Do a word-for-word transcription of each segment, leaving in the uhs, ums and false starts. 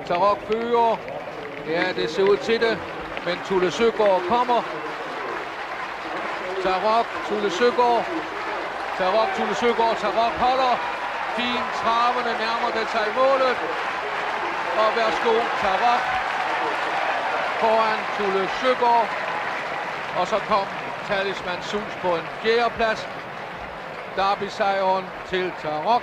Tarok fører. Ja, det ser ud til det. Men Tulle Søgaard kommer. Tarok, Tulle Søgaard. Tarok, Tulle Søgaard. Tarok holder. Fint traverne nærmer det sig i målet. Og værsgo, Tarok foran Tulle Søgaard. Og så kom Talisman Sus på en fjerdeplads. Derby-sejren til Tarok.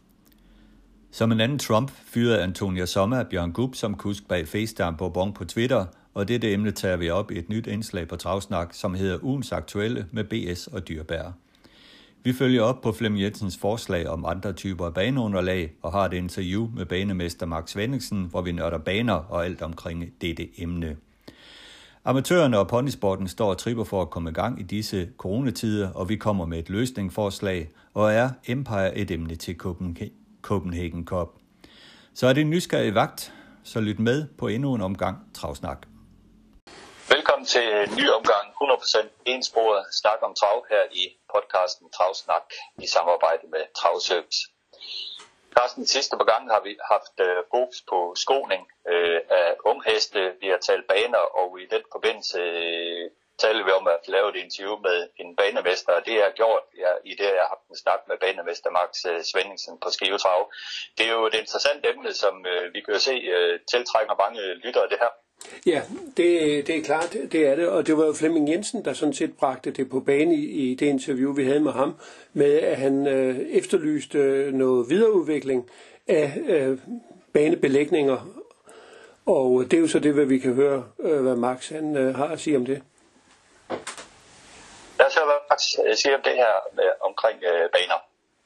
Som en anden Trump fyrede Antonia Sommer Bjørn Gub som kusk bag FaceTime på Bon på Twitter, og dette emne tager vi op i et nyt indslag på Travsnak, som hedder Ugens Aktuelle med B S og Dyrbær. Vi følger op på Flemming Jensens forslag om andre typer af baneunderlag og har et interview med banemester Max Svenningsen, hvor vi nørder baner og alt omkring dette emne. Amatørerne og ponysporten står og tripper for at komme i gang i disse coronatider, og vi kommer med et løsningsforslag, og er Empire et emne til Copenhagen Cup. Så er det en nysgerrig vagt, så lyt med på endnu en omgang Travsnak. Velkommen til en ny omgang hundrede procent ensporet snak om trav her i podcasten Travsnak i samarbejde med Travservice. Carsten, de sidste par gange har vi haft øh, fokus på skoning øh, af ungheste. Vi har talt baner, og i den forbindelse øh, taler vi om at lave et interview med en banemester, og det er gjort ja, i det, jeg har haft en snak med banemester Max øh, Svenningsen på Skive Trav. Det er jo et interessant emne, som øh, vi kan se øh, tiltrækker mange lyttere det her. Ja, det, det er klart, det er det, og det var jo Flemming Jensen, der sådan set bragte det på bane i, i det interview, vi havde med ham, med at han øh, efterlyste noget videreudvikling af øh, banebelægninger, og det er jo så det, hvad vi kan høre, øh, hvad Max han øh, har at sige om det. Lad os høre, hvad Max siger om det her med, omkring øh, baner.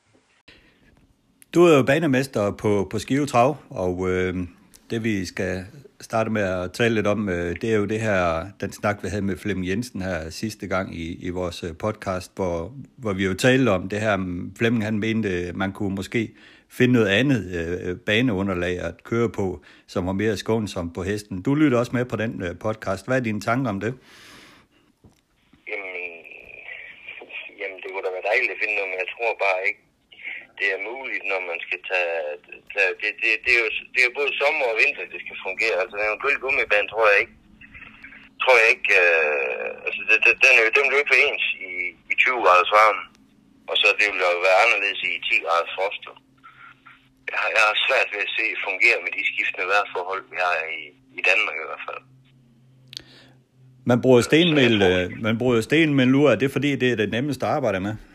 Du er jo banemester på, på Skive Trav, og øh, det vi skal starte med at tale lidt om, det er jo det her, den snak, vi havde med Flemming Jensen her sidste gang i, i vores podcast, hvor, hvor vi jo talte om det her. Flemming han mente, man kunne måske finde noget andet øh, baneunderlag at køre på, som var mere skånsomt på hesten. Du lytter også med på den øh, podcast. Hvad er dine tanker om det? Jamen, jamen, det kunne da være dejligt at finde noget, men jeg tror bare ikke, det er muligt, når man skal tage... tage det, det, det, er jo, det er både sommer og vinter, det skal fungere. Altså, en eventuel gummibane, tror jeg ikke... Tror jeg ikke... Øh, altså, det, det, den, er jo, den vil jo ikke være ens i, i tyve graders varme. Og så det vil jo være anderledes i ti graders frost. Jeg har, jeg har svært ved at se fungere med de skiftende vejrforhold, vi har i, i Danmark i hvert fald. Man bruger stenmel, man bruger stenmel-lur. Er det fordi, det er det nemmeste at arbejde med?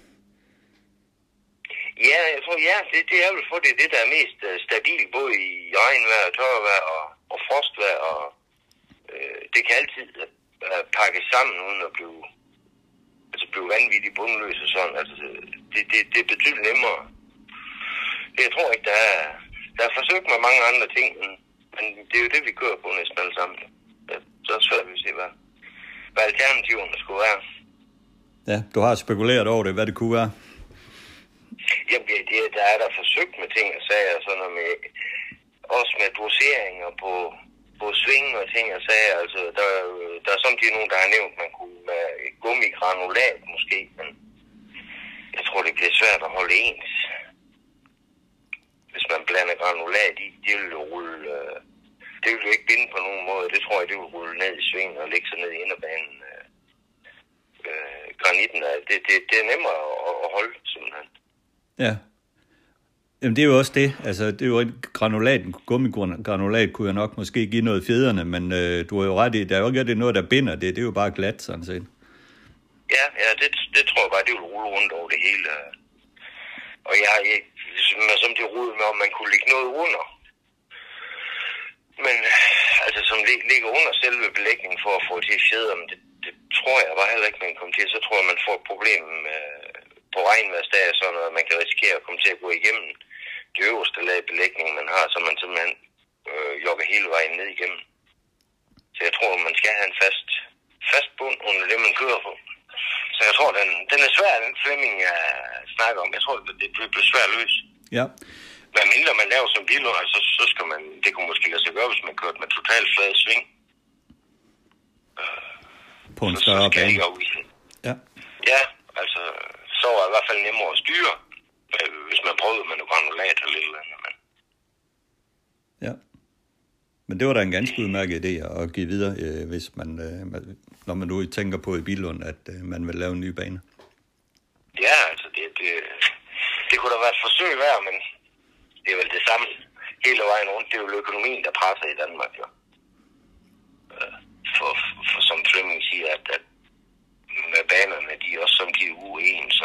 Ja, jeg tror, ja, det, det er vel for det, det der er mest uh, stabilt, både i regnvejr, tørvejr og, og frostvejr, og øh, det kan altid uh, pakkes sammen, uden at blive, altså blive vanvittigt bundløs og sådan. Altså, det, det, det er betydeligt nemmere. Jeg tror ikke, der er, der er forsøgt med mange andre ting, men, men det er jo det, vi kører på næsten alle sammen. Så er det svært at se, hvad, hvad alternativerne skulle være. Ja, du har spekuleret over det, hvad det kunne være. Jamen, det, der er der forsøgt med ting og sager, sådan noget med, også med doseringer på, på sving og ting og sager. Altså, der, der er samtidig nogen, der har nævnt, man kunne med et gummigranulat måske, men jeg tror, det bliver svært at holde ens. Hvis man blander granulat i, det vil jo rulle, det vil jo ikke binde på nogen måde. Det tror jeg, det vil rulle ned i svingen og lægge sig ned i inderbanen. Øh, granitten, det, det, det er nemmere at, at holde, simpelthen. Ja. Jamen det er jo også det. Altså det er jo et granulat, en gummigranulat kunne jeg nok måske give noget fjederne, men øh, du er jo ret i, der er jo ikke noget, der binder det. Det er jo bare glat, sådan set. Ja, ja, det, det tror jeg bare, det vil rulle rundt over det hele. Og jeg har ikke, som det rullede med, om man kunne lægge noget under. Men altså som ligger under selve belægningen for at få det til fjeder, men det, det tror jeg bare heller ikke, man kommer til. Så tror jeg, man får et problem med på regnværsdag og sådan noget, man kan risikere at komme til at gå igennem det øverste lag belægning, man har, så man simpelthen øh, jogger hele vejen ned igennem. Så jeg tror, man skal have en fast, fast bund under det, man kører på. Så jeg tror, den, den er svær, den Flemming uh, snakker om. Jeg tror, det, det bliver svært at løse. Ja. Men mindre man laver som bil, altså, så skal man, det kunne måske lade sig gøre, hvis man kørte med totalt flad sving. Uh, på en større bane. Ja. Ja, altså... så var det i hvert fald nemmere at styre, hvis man prøvede med noget granulat eller lidt eller andet. Men... Ja. Men det var da en ganske udmærket idé at give videre, øh, hvis man, øh, når man nu tænker på i Billund, at øh, man vil lave en ny bane. Ja, altså det, det, det kunne da være et forsøg værd, men det er vel det samme hele vejen rundt. Det er jo økonomien, der presser i Danmark, jo. For, for som Flemming siger, at, at med banerne, de er også samtidig uenige, så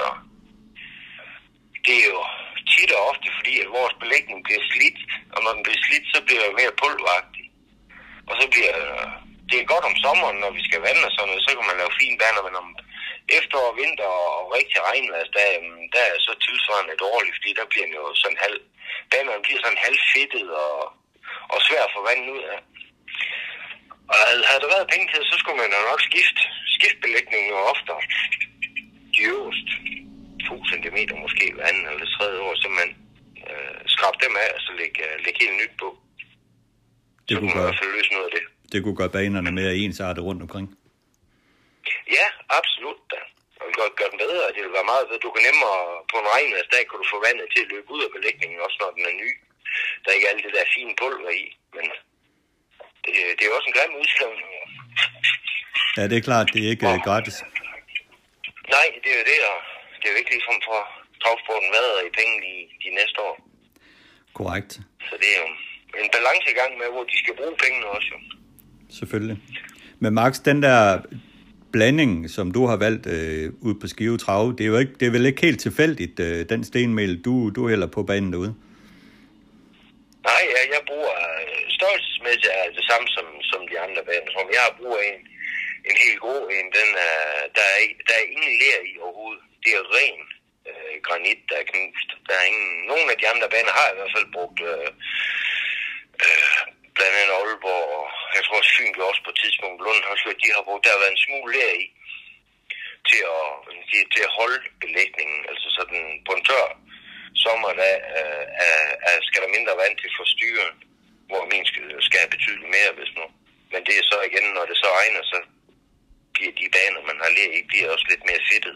det er jo tit og ofte, fordi at vores belægning bliver slidt, og når den bliver slidt, så bliver det mere pulveragtig. Og så bliver det er godt om sommeren, når vi skal vande og sådan noget, så kan man lave fine baner, men om efterår, vinter og rigtig regnvejr, der, der er så tilsvarende dårligt, fordi der bliver den jo sådan halv, banerne bliver sådan halvfedtet og, og svær at få vandet ud af. Og havde der været penge til, så skulle man jo nok skifte, skifte belægningen jo oftere. De øverste to centimeter måske hver anden eller tredje år, så man øh, skrabte dem af, og så lægge, lægge helt nyt på. Det så kunne man i hvert fald løse noget af det. Det kunne gøre banerne mere ensartet rundt omkring. Ja, absolut da. Og vi kan gøre den bedre, det vil være meget bedre. Du kan nemmere på en regnværsdag, kan du få vandet til at løbe ud af belægningen, også når den er ny. Der er ikke alt det der fine pulver i, men det, det er jo også en grim udskrivning. Ja, det er klart, det er ikke og, gratis. Nej, det er jo det, og det er jo ikke ligesom for travsporten vader i penge de, de næste år. Korrekt. Så det er jo en balancegang med, hvor de skal bruge pengene også jo. Selvfølgelig. Men Max, den der blanding, som du har valgt øh, ud på Skive Trav, det er jo ikke, det er vel ikke helt tilfældigt, øh, den stenmel, du, du hælder på banen derude? Nej, jeg, jeg bruger øh, størrelsesmæssigt er det samme som, som de andre baner. Som jeg bruger en, en helt god en, den er, der, er, der er ingen ler i overhovedet. Det er ren øh, granit, der er knust. Der er ingen, nogle af de andre baner har i hvert fald brugt øh, øh, blandt andet Aalborg, og jeg tror også Fyn også på et tidspunkt, Lund har slået, de har brugt, der har været en smule ler i, til at, til at holde belægningen, altså sådan på en tør sommer, der øh, er, er, skal der mindre vand til forstyrre, hvor min skal, skal have betydeligt mere, hvis nu. Men det er så igen, når det så regner, så bliver de baner, man har ler i, bliver også lidt mere fedtet.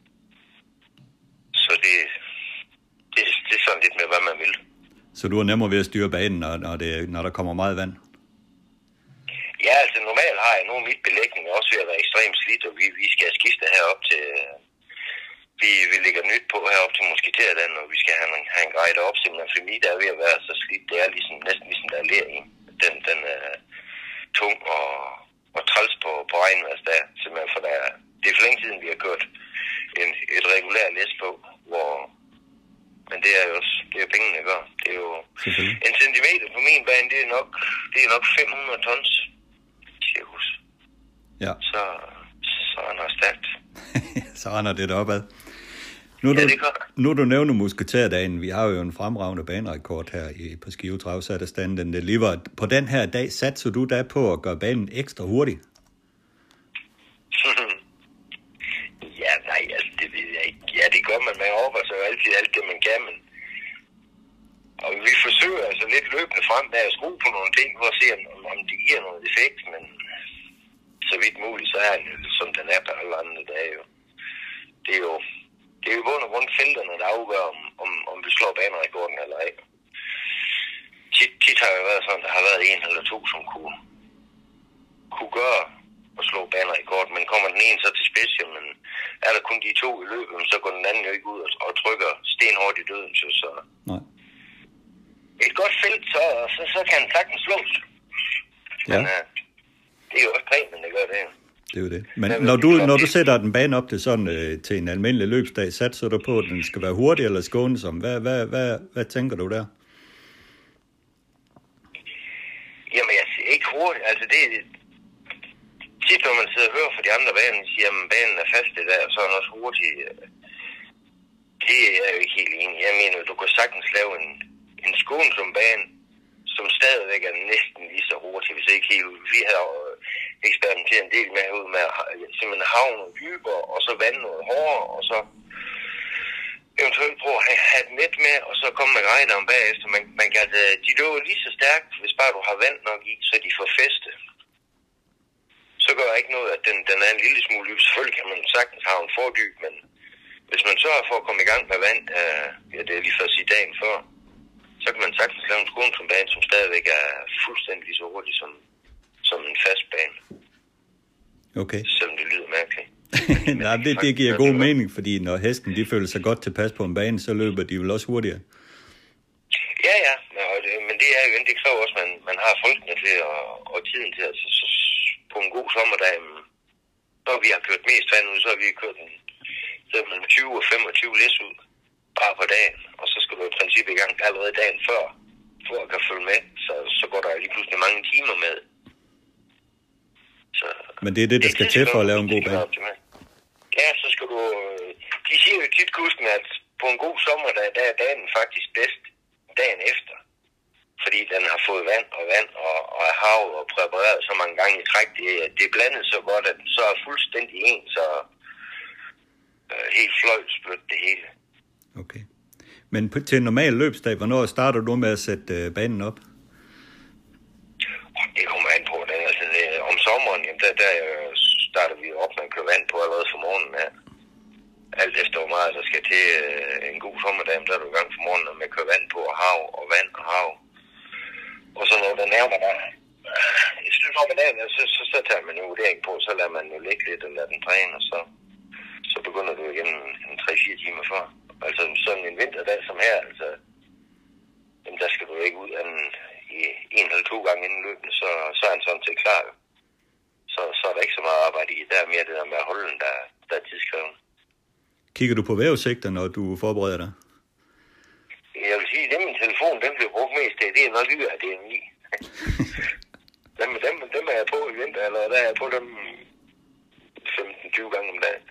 Så det, det, det er sådan lidt med, hvad man vil. Så du er nemmere ved at styre banen, når, når, det, når der kommer meget vand? Ja, altså normalt har jeg nu mit belægning også ved at være ekstremt slidt, og vi, vi skal skifte herop til, vi, vi lægger nyt på herop til Musketerland, og vi skal have en, have en grej derop, simpelthen, fordi der er ved at være så slidt, det er ligesom, næsten ligesom der er ler i. Den, den er tung og, og træls på, på regnværsdag, simpelthen, for der, det er for længe siden, vi har kørt en, et regulært læs på, hvor, men det er jo også, det er pengene, der gør. Det er jo en centimeter på min bane, det er nok, det er nok fem hundrede tons. Ja. Så, så render det stærkt. Så render det opad. Nu, ja, du, det nu du nævner Musketerdagen, vi har jo en fremragende banerekord her i, på Skive Trav, så er der standen deliver. På den her dag satser du da på at gøre banen ekstra hurtig? ja, nej, altså det ved jeg ikke. Ja, det gør man. Man overvejer så altid alt det, man kan, men og vi forsøger altså lidt løbende frem med at skrue på nogle ting, for at se, om, om det giver noget effekt, men så vidt muligt, så er den som den er på alle andre dage jo. Det er jo, det er jo bund og grund felterne, der afgør, om, om, om vi slår banerekorden eller ej. Tit, tit har det været sådan, der har været en eller to, som kunne, kunne gøre og slå banerekorden, men kommer den ene så til spids, men er der kun de to i løbet, så går den anden jo ikke ud og, og trykker stenhårdt i døden, så, så nej. Et godt felt, så, så, så kan den sagtens slås. Ja. Men, uh, det er jo også præmien, der gør det. Det er jo det. Men når du, når du sætter den bane op til sådan øh, til en almindelig løbsdag, satser du på, at den skal være hurtig eller skånsom? Hvad, hvad, hvad, hvad tænker du der? Jamen, jeg siger ikke hurtigt. Altså, det er tit, når man sidder og hører fra de andre baner, siger, at banen er fast det der, og så er den også hurtig. Det er jeg jo ikke helt enig. Jeg mener, du kan sagtens lave en, en skånsom bane, som stadigvæk er næsten lige så hurtigt, hvis ikke helt. Vi har eksperimenteret en del med ud med at simpelthen havne noget dybere, og så vande noget hårdere, og så eventuelt prøve at have et net med, og så komme med regneren bagefter. Man, man kan, de løber lige så stærkt, hvis bare du har vand nok i, så de får fæste. Så gør jeg ikke noget, at den, den er en lille smule dyb. Selvfølgelig kan man sagtens have en fordyb, men hvis man sørger for at komme i gang med vand, øh, ja, det er lige for at sige dagen før, så kan man sagtens lave en skånsombane, som stadigvæk er fuldstændig lige så hurtig som, som en fast bane. Okay. Selvom det lyder mærkeligt. Nej, det, det giver god mening, fordi når hesten de føler sig godt tilpas på en bane, så løber de vel også hurtigere. Ja, ja, men, det, men det er jo det kræver også, at man, man har folkene til og, og tiden til, altså så, på en god sommerdag, når vi har kørt mest vand ud, så har vi kørt en, mellem tyve og femogtyve læs ud, bare på dagen, og så skal du i princippet i gang allerede dagen før, for at kan følge med, så, så går der lige pludselig mange timer med. Så, men det er det, der skal til for at lave en god bane? Ja, så skal du, de siger jo tit kusken, at på en god sommerdag, der er dagen faktisk bedst dagen efter. Fordi den har fået vand og vand og, og er havet og præpareret så mange gange i træk. Det, det er blandet så godt, at den så er fuldstændig en, så øh, helt fløjtsblødt det hele. Okay. Men på, til en normal løbsdag, hvornår starter du med at sætte øh, banen op? Det kommer an på. Den, altså, det, om sommeren, jamen, der, der starter vi op med at køre vand på allerede for morgenen her. Alt efter hvor meget der skal til øh, en god sommerdag, der er du i gang for morgenen med at køre vand på og hav og vand og hav. Og så når der nærmer dig i slut om dagen, så, så, så tager man en vurdering på, så lader man jo ligge lidt og lader den træne, og så, så begynder du igen en tre fire timer før. Altså sådan en vinterdag som her, altså, jamen, der skal du ikke ud anden i en eller to gange inden løbende, så, så er den sådan til klar. Så, så er der ikke så meget arbejde i. Der er mere det der med at holde den, der, der er tidskrævende. Kigger du på vejrudsigter, når du forbereder dig? Jeg vil sige, at den min telefon, den bliver brugt mest til, det er når lyder, det er en i. dem, dem, dem er jeg på i vinter, eller der er jeg på dem femten tyve gange om dagen.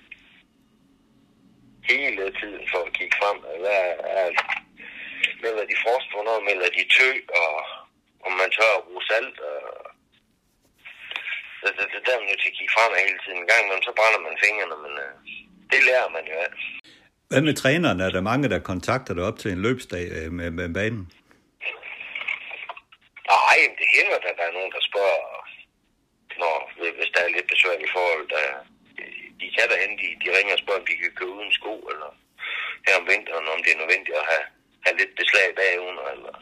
Hele tiden for at kigge frem. Der er, melder de frost, hvornår melder de tø, og om man tør at bruge salt. Og det, det, det der er man nødt til at kigge frem hele tiden. En gang imellem, så brænder man fingrene, men øh, det lærer man jo af. Hvad med træneren? Er der mange, der kontakter dig op til en løbsdag med, med banen? Nej, det hænder, at der er nogen, der spørger, når, hvis der er lidt besværlige forhold. Der, de kan derhen, de, de ringer og spørger, om de kan køre uden sko, eller her om vinteren, om det er nødvendigt at have, have lidt beslag bagunder, eller...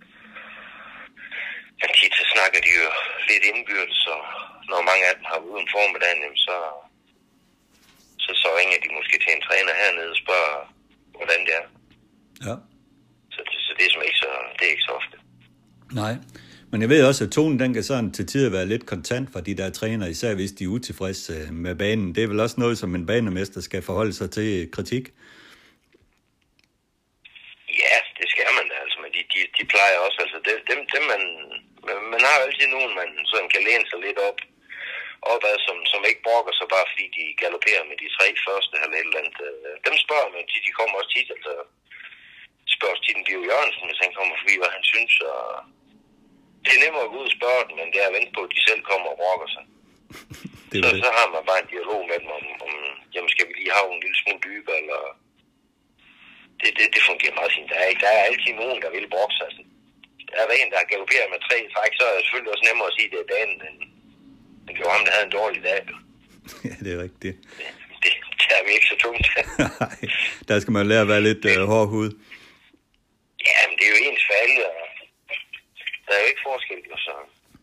Men tit så snakker de jo lidt indbyrdes, så når mange af dem har ude om formiddagen, så... Så, så ringer de måske til en træner hernede og spørger, hvordan det er. Ja. Så, så det er som ikke så, det er ikke så ofte. Nej, men jeg ved også, at tonen den kan sådan til tider være lidt kontant for de der træner, især hvis de er utilfredse med banen. Det er vel også noget, som en banemester skal forholde sig til kritik? Ja, det skal man da. Altså, men de, de, de plejer også. Altså, det, dem, dem man, man har jo altid nogen, man sådan kan læne sig lidt op. opad, som, som ikke brokker sig bare fordi de galopperer med de tre første eller et eller andet. Dem spørger man tit, de kommer også tit, altså spørger tit en Bio Jørgensen, hvis han kommer forbi, hvad han synes, og det er nemmere at gå ud og spørge dem, men det er at vente på, at de selv kommer og brokker sig. det så, det. så har man bare en dialog med dem om, om jamen skal vi lige have en lille smule dybere, eller det, det, det fungerer meget fint. Der er, der er altid nogen, der vil brokke sig. Altså, er der en, der galopperer med tre træk, så er det selvfølgelig også nemmere at sige, at det er dagen, end det var ham, der havde en dårlig dag. Ja, det er rigtigt. Det, det tager vi ikke så tungt. Nej, der skal man lære at være lidt øh, hård hud. Ja, men det er jo ens for alle, og der er jo ikke forskel, jo så.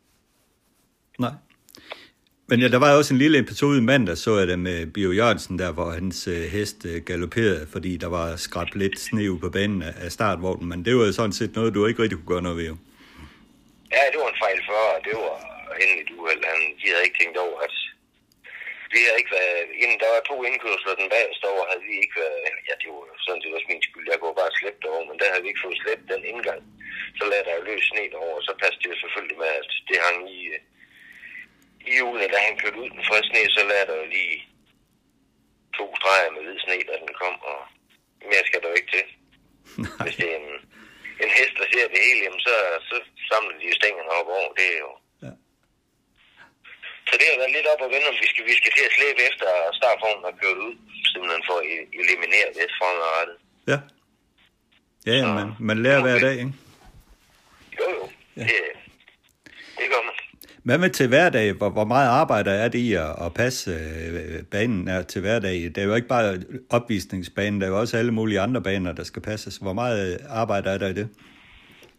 Nej. Men ja, der var også en lille episode i mandag, så jeg det med Bio Jørgensen, der hvor hans øh, hest øh, galopperede, fordi der var skrabt lidt sne på banen af, af startvognen, men det var jo sådan set noget, du ikke rigtig kunne gøre noget ved, jo. Ja, det var en fejl før, og det var endelig du, eller han, de havde ikke tænkt over, at vi havde ikke været, inden der var to indkørsler, den bagerste over, havde vi ikke været, ja, det var sådan set også min skyld, jeg kunne bare slæbe over, men der havde vi ikke fået slæbt den indgang. Så lagde der jo løs sne over, og så passede det selvfølgelig med, at det hang i, i hjulene, da han kørte ud den friske sne, så lagde der jo lige to streger med hvid sne, da den kom, og mere skal der jo ikke til. Nej. Hvis det er en, en hest, der ser det hele, jamen, så, så samler de jo stængerne op over, det er jo. Ja. Så det har været lidt op og vende, om vi skal, vi skal til at slæbe efter startformen og køre ud, simpelthen for at eliminere det fremadrettet. Ja. Ja, ja, man, man lærer hver dag, ikke? Jo, jo. Ja. Det, det gør man. Hvad med til hverdag? Hvor, hvor meget arbejder er det i at, at passe øh, banen er til hverdag? Det er jo ikke bare opvisningsbanen, der er jo også alle mulige andre baner, der skal passes. Hvor meget arbejder er der i det?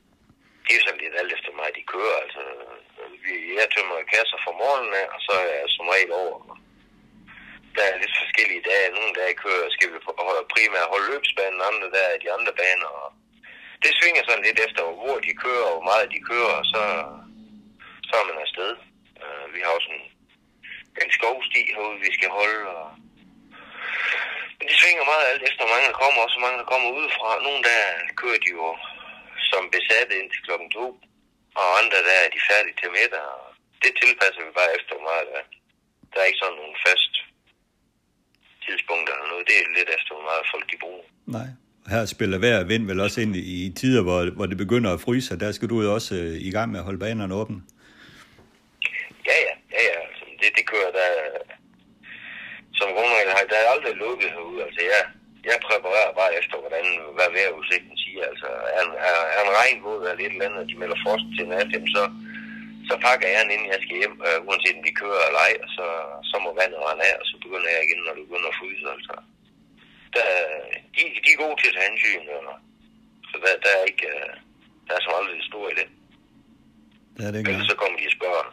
der tømmer jeg kasser fra morgenen af, og så er jeg som regel over. Der er lidt forskellige dage. Nogle dage kører, skal vi primært holde løbsbanen, andre der er de andre baner. Og det svinger sådan lidt efter, hvor de kører, og hvor meget de kører, og så, så er man afsted. Uh, vi har også en, en skovsti herude, vi skal holde. Og men det svinger meget alt efter, mange der kommer, også mange der kommer udefra. Nogle der kører de jo som besatte indtil klokken to, og andre der er de færdige til middag. Og det tilpasser vi bare efter meget. Der, der er ikke sådan nogle fast tidspunkter eller noget. Det er lidt efter, hvor meget folk de bruger. Nej. Her spiller vejr og vind vel også ind i, i tider, hvor, hvor det begynder at fryse, og der skal du jo også øh, i gang med at holde banerne åbne. Ja, ja, ja, ja. Altså, det, det kører der. Som grundregel har der er aldrig lukket herude. Altså, jeg, jeg præparerer bare efter, hvordan, hvad vejrudsigten siger. Altså, er, er, er en regnvåd eller et eller andet, og de melder frost til nat, så, så pakker jeg den, inden jeg skal hjem, øh, uanset om de kører eller ej, og så, så må vandet rende af, og så begynder jeg igen, når det begynder at fryse. Altså. Der, de, de er gode til at tage hensyn, og, så der, der er ikke, der er som aldrig det store i det. Det er det ikke. Ellers så kommer de og spørger.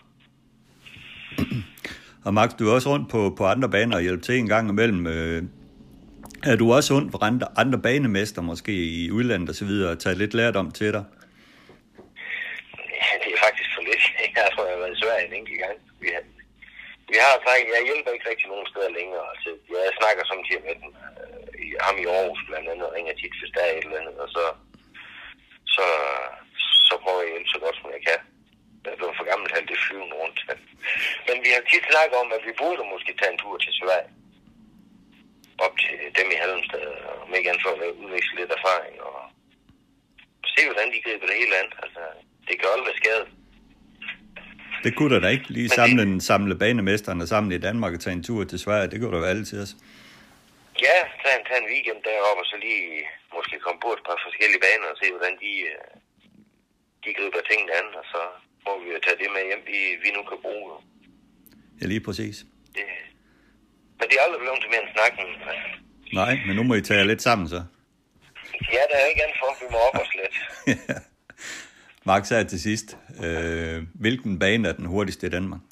Og Max, du er også rundt på, på andre baner og hjælper til en gang imellem. Øh, er du også rundt for andre, andre banemester, måske i udlandet og så videre, og taget lidt lærdom til dig? Ja, det er faktisk for lidt. Jeg tror, jeg har været i Sverige en enkelt gang. Vi har, vi har sagt, jeg hjælper ikke rigtig nogen steder længere. Altså, jeg snakker samtidig med den. Ham i Aarhus blandt andet, og ringer tit, hvis der er et eller andet, og så, så, så prøver jeg at hjælpe så godt, som jeg kan. Jeg er blevet for gammel til alt det flyvende rundt. Men vi har tit snakket om, at vi burde måske tage en tur til Sverige. Op til dem i Halmstad, og med igen for at udveksle lidt erfaring, og se, hvordan de griber det hele andet. Altså, det kan aldrig være skadet. Det kunne da ikke lige samle, det... samle banemesterne sammen i Danmark og tage en tur til Sverige. Det kunne da være alle til os. Ja, tage en, tage en weekend deroppe, og så lige måske komme på et par forskellige baner og se, hvordan de, de griber tingene an, og så må vi jo tage det med hjem, vi, vi nu kan bruge. Ja, lige præcis. Det, men det er aldrig blevet til mere end snakken. Nej, men nu må I tage lidt sammen, så. Ja, der er ikke andet for, vi må op os lidt. Ja. Max, her til sidst. Øh, hvilken bane er den hurtigste i Danmark?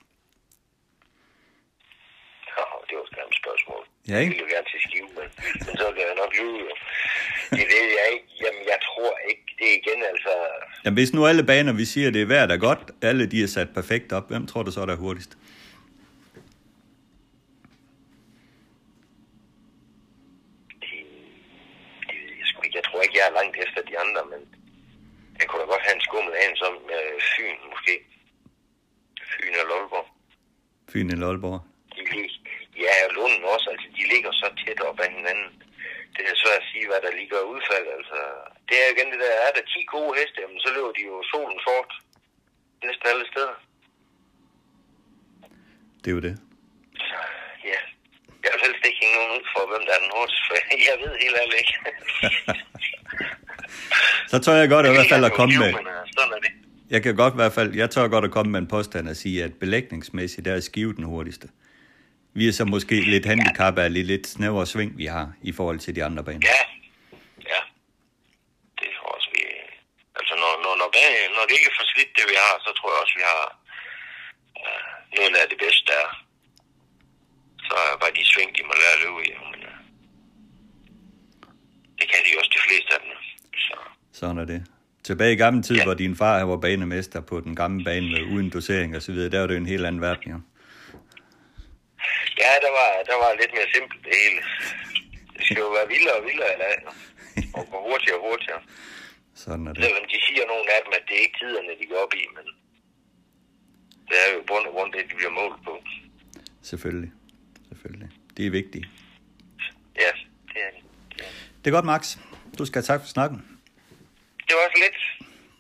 Oh, det var et grimt spørgsmål. Ja, ikke? Jeg vil jo gerne til Skive, men, men så vil jeg nok lyve. Det ved jeg ikke. Jamen, jeg tror ikke. Det er igen, altså... Jamen, hvis nu alle baner, vi siger, det er hver, der er godt, alle de er sat perfekt op, hvem tror du så, der er hurtigst? Det, det ved jeg sgu ikke. Jeg tror ikke, jeg er langt efter de andre, men jeg kunne da godt have en skummel af en som øh, Fyn, måske. Fyn og Aalborg. Fyn eller Aalborg? De ligger, ja, og Lunden også. Altså, de ligger så tæt op ad hinanden. Det er svært at sige, hvad der ligger udfald. Altså, det er igen det der, er der ti gode heste, jamen, så løber de jo solen sort næsten alle steder. Det er jo det. Så, ja. Jeg vil helst ikke hænge nogen ud for, hvem der er den hurtigste, for jeg ved helt ærligt ikke. Så tør jeg godt i hvert fald at komme med... Sådan er det. Jeg kan godt i hvert fald, jeg tør godt at komme med en påstand og sige, at belægningsmæssigt der er Skive den hurtigste. Vi er så måske lidt handicappet af lidt, lidt snævere sving, vi har i forhold til de andre baner. Ja, ja. Det tror jeg også, vi... Altså, når, når, når, bane, når det ikke er for slidt, det vi har, så tror jeg også, vi har uh, noget af det bedste der. Så er bare de sving, de må lære at løbe i. Men, uh, det kan de også de fleste af dem. Så. Sådan er det. Tilbage i gamle tid, ja. Hvor din far var banemester på den gamle bane med uden dosering og så videre, der var det en helt anden verden, ja. Ja, der var, der var lidt mere simpelt det hele. Det skal jo være vildere og vildere, eller, og gå hurtigere og hurtigere. Sådan er det. Selvom de siger nogle af dem, at det er ikke tiderne, de går op i, men det er jo bund og grund det, de bliver målt på. Selvfølgelig. Selvfølgelig. Det er vigtigt. Ja, det er det. Det er, det er godt, Max. Du skal have tak for snakken. Det var også lidt.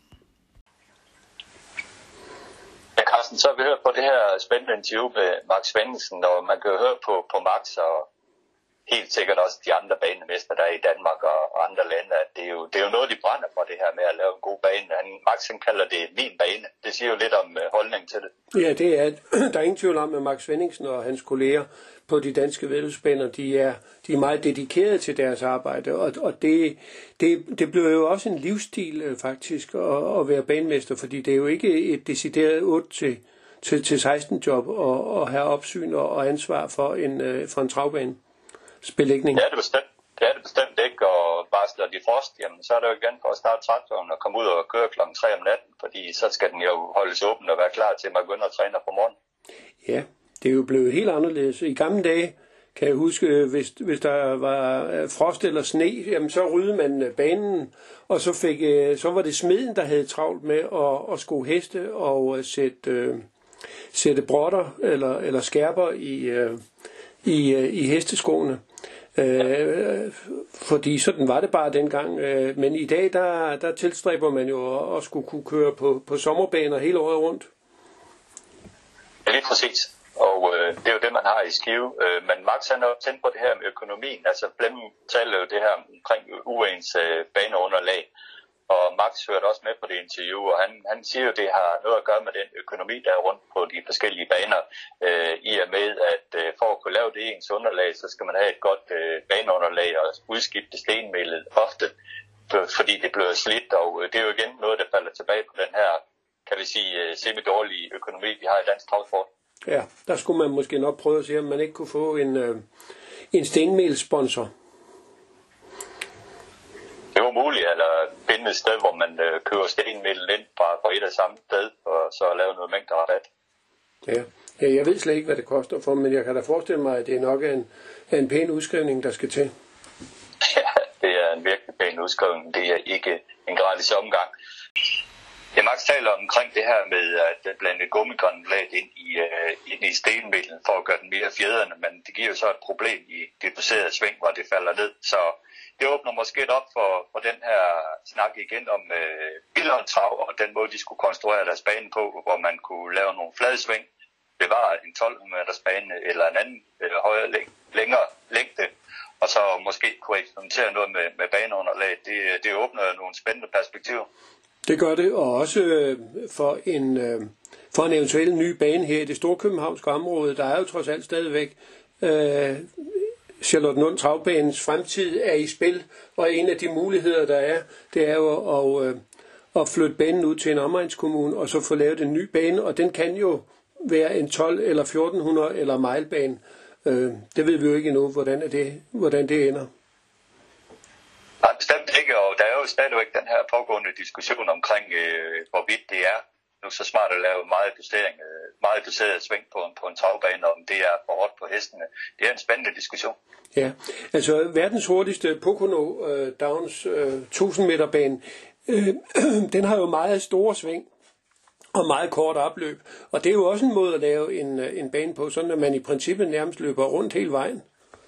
Ja, Carsten, så har vi hørt på det her spændende interview med Max Svenningsen, og man kan jo høre på, på Max og helt sikkert også de andre banemester, der er i Danmark og andre lande, at det er, jo, det er jo noget, de brænder for det her med at lave en god bane. Han, Max han kalder det min bane. Det siger jo lidt om uh, holdningen til det. Ja, det er, der er ingen tvivl om, at Max Svenningsen og hans kolleger på de danske væddeløbsbaner, de er, de er meget dedikerede til deres arbejde, og, og det, det, det bliver jo også en livsstil faktisk at, at være banemester, fordi det er jo ikke et decideret otte til, til seksten job og, og have opsyn og, og ansvar for en, øh, for en travbane belægning. Det er det bestemt. Det er det bestemt ikke, og varsler de frost, jamen så er det jo igen for at starte traktoren og komme ud og køre klokken tre om natten, fordi så skal den jo holdes åben og være klar til at man begynder at træne på morgenen. Ja, det er jo blevet helt anderledes. I gamle dage, kan jeg huske, hvis, hvis der var frost eller sne, jamen så ryddede man banen, og så, fik, så var det smeden, der havde travlt med at, at sko heste og sætte, øh, sætte brotter eller, eller skærper i, øh, i, øh, i hesteskoene. Øh, fordi sådan var det bare dengang. Øh, men i dag, der, der tilstræber man jo at skulle kunne køre på, på sommerbaner hele året rundt. Ja, lige præcis. Og øh, det er jo det, man har i Skive. Øh, men Max han har tænkt på det her med økonomien. Altså Flemming taler jo det her omkring uens øh, baneunderlag. Og Max hørte også med på det interview, og han, han siger jo, at det har noget at gøre med den økonomi, der er rundt på de forskellige baner. Øh, I og med, at øh, for at kunne lave det ens underlag, så skal man have et godt øh, baneunderlag og udskifte stenmælet ofte, fordi det bliver slidt. Og øh, det er jo igen noget, der falder tilbage på den her, kan vi sige, øh, semi-dårlige økonomi, vi har i dansk travsport. Ja, der skulle man måske nok prøve at se, om man ikke kunne få en, øh, en stenmælsponsor. Det var muligt, eller finde et sted, hvor man øh, køber stenmel ind fra, fra et af samme sted, og så lave noget mængde rabat. Ja. ja, jeg ved slet ikke, hvad det koster for, men jeg kan da forestille mig, at det er nok en, en pæn udskrivning, der skal til. Ja, det er en virkelig pæn udskrivning. Det er ikke en gratis omgang. Jeg Max taler omkring det her med at blande gummigranulat ind i, uh, ind i stenmelen for at gøre den mere fjedrende, men det giver jo så et problem i det baserede sving, hvor det falder ned. Så det åbner måske et op for, for den her snak igen om uh, Billund-trav og den måde, de skulle konstruere deres bane på, hvor man kunne lave nogle flade sving, bevare en tolv hundrede meters bane eller en anden uh, højere læng- længere længde, og så måske kunne eksperimentere noget med, med baneunderlag. Det, det åbner nogle spændende perspektiver. Det gør det, og også øh, for, en, øh, for en eventuel ny bane her i det store københavnske område. Der er jo trods alt stadigvæk øh, Charlottenlund Travbanens fremtid er i spil, og en af de muligheder, der er, det er jo at, øh, at flytte banen ud til en omegnskommune, og så få lavet en ny bane, og den kan jo være en tolv eller fjorten hundrede eller milebane. Øh, det ved vi jo ikke endnu, hvordan, er det, hvordan det ender. Nej, bestemt ikke, og der er jo stadigvæk den her pågående diskussion omkring, øh, hvorvidt det er nu så smart at lave meget justering, øh, meget doseret sving på en, på en travbane, om det er for hårdt på hestene. Det er en spændende diskussion. Ja, altså verdens hurtigste Pocono øh, Downs øh, tusind meter bane, øh, den har jo meget store sving og meget kort opløb, og det er jo også en måde at lave en, en bane på, sådan at man i princippet nærmest løber rundt hele vejen.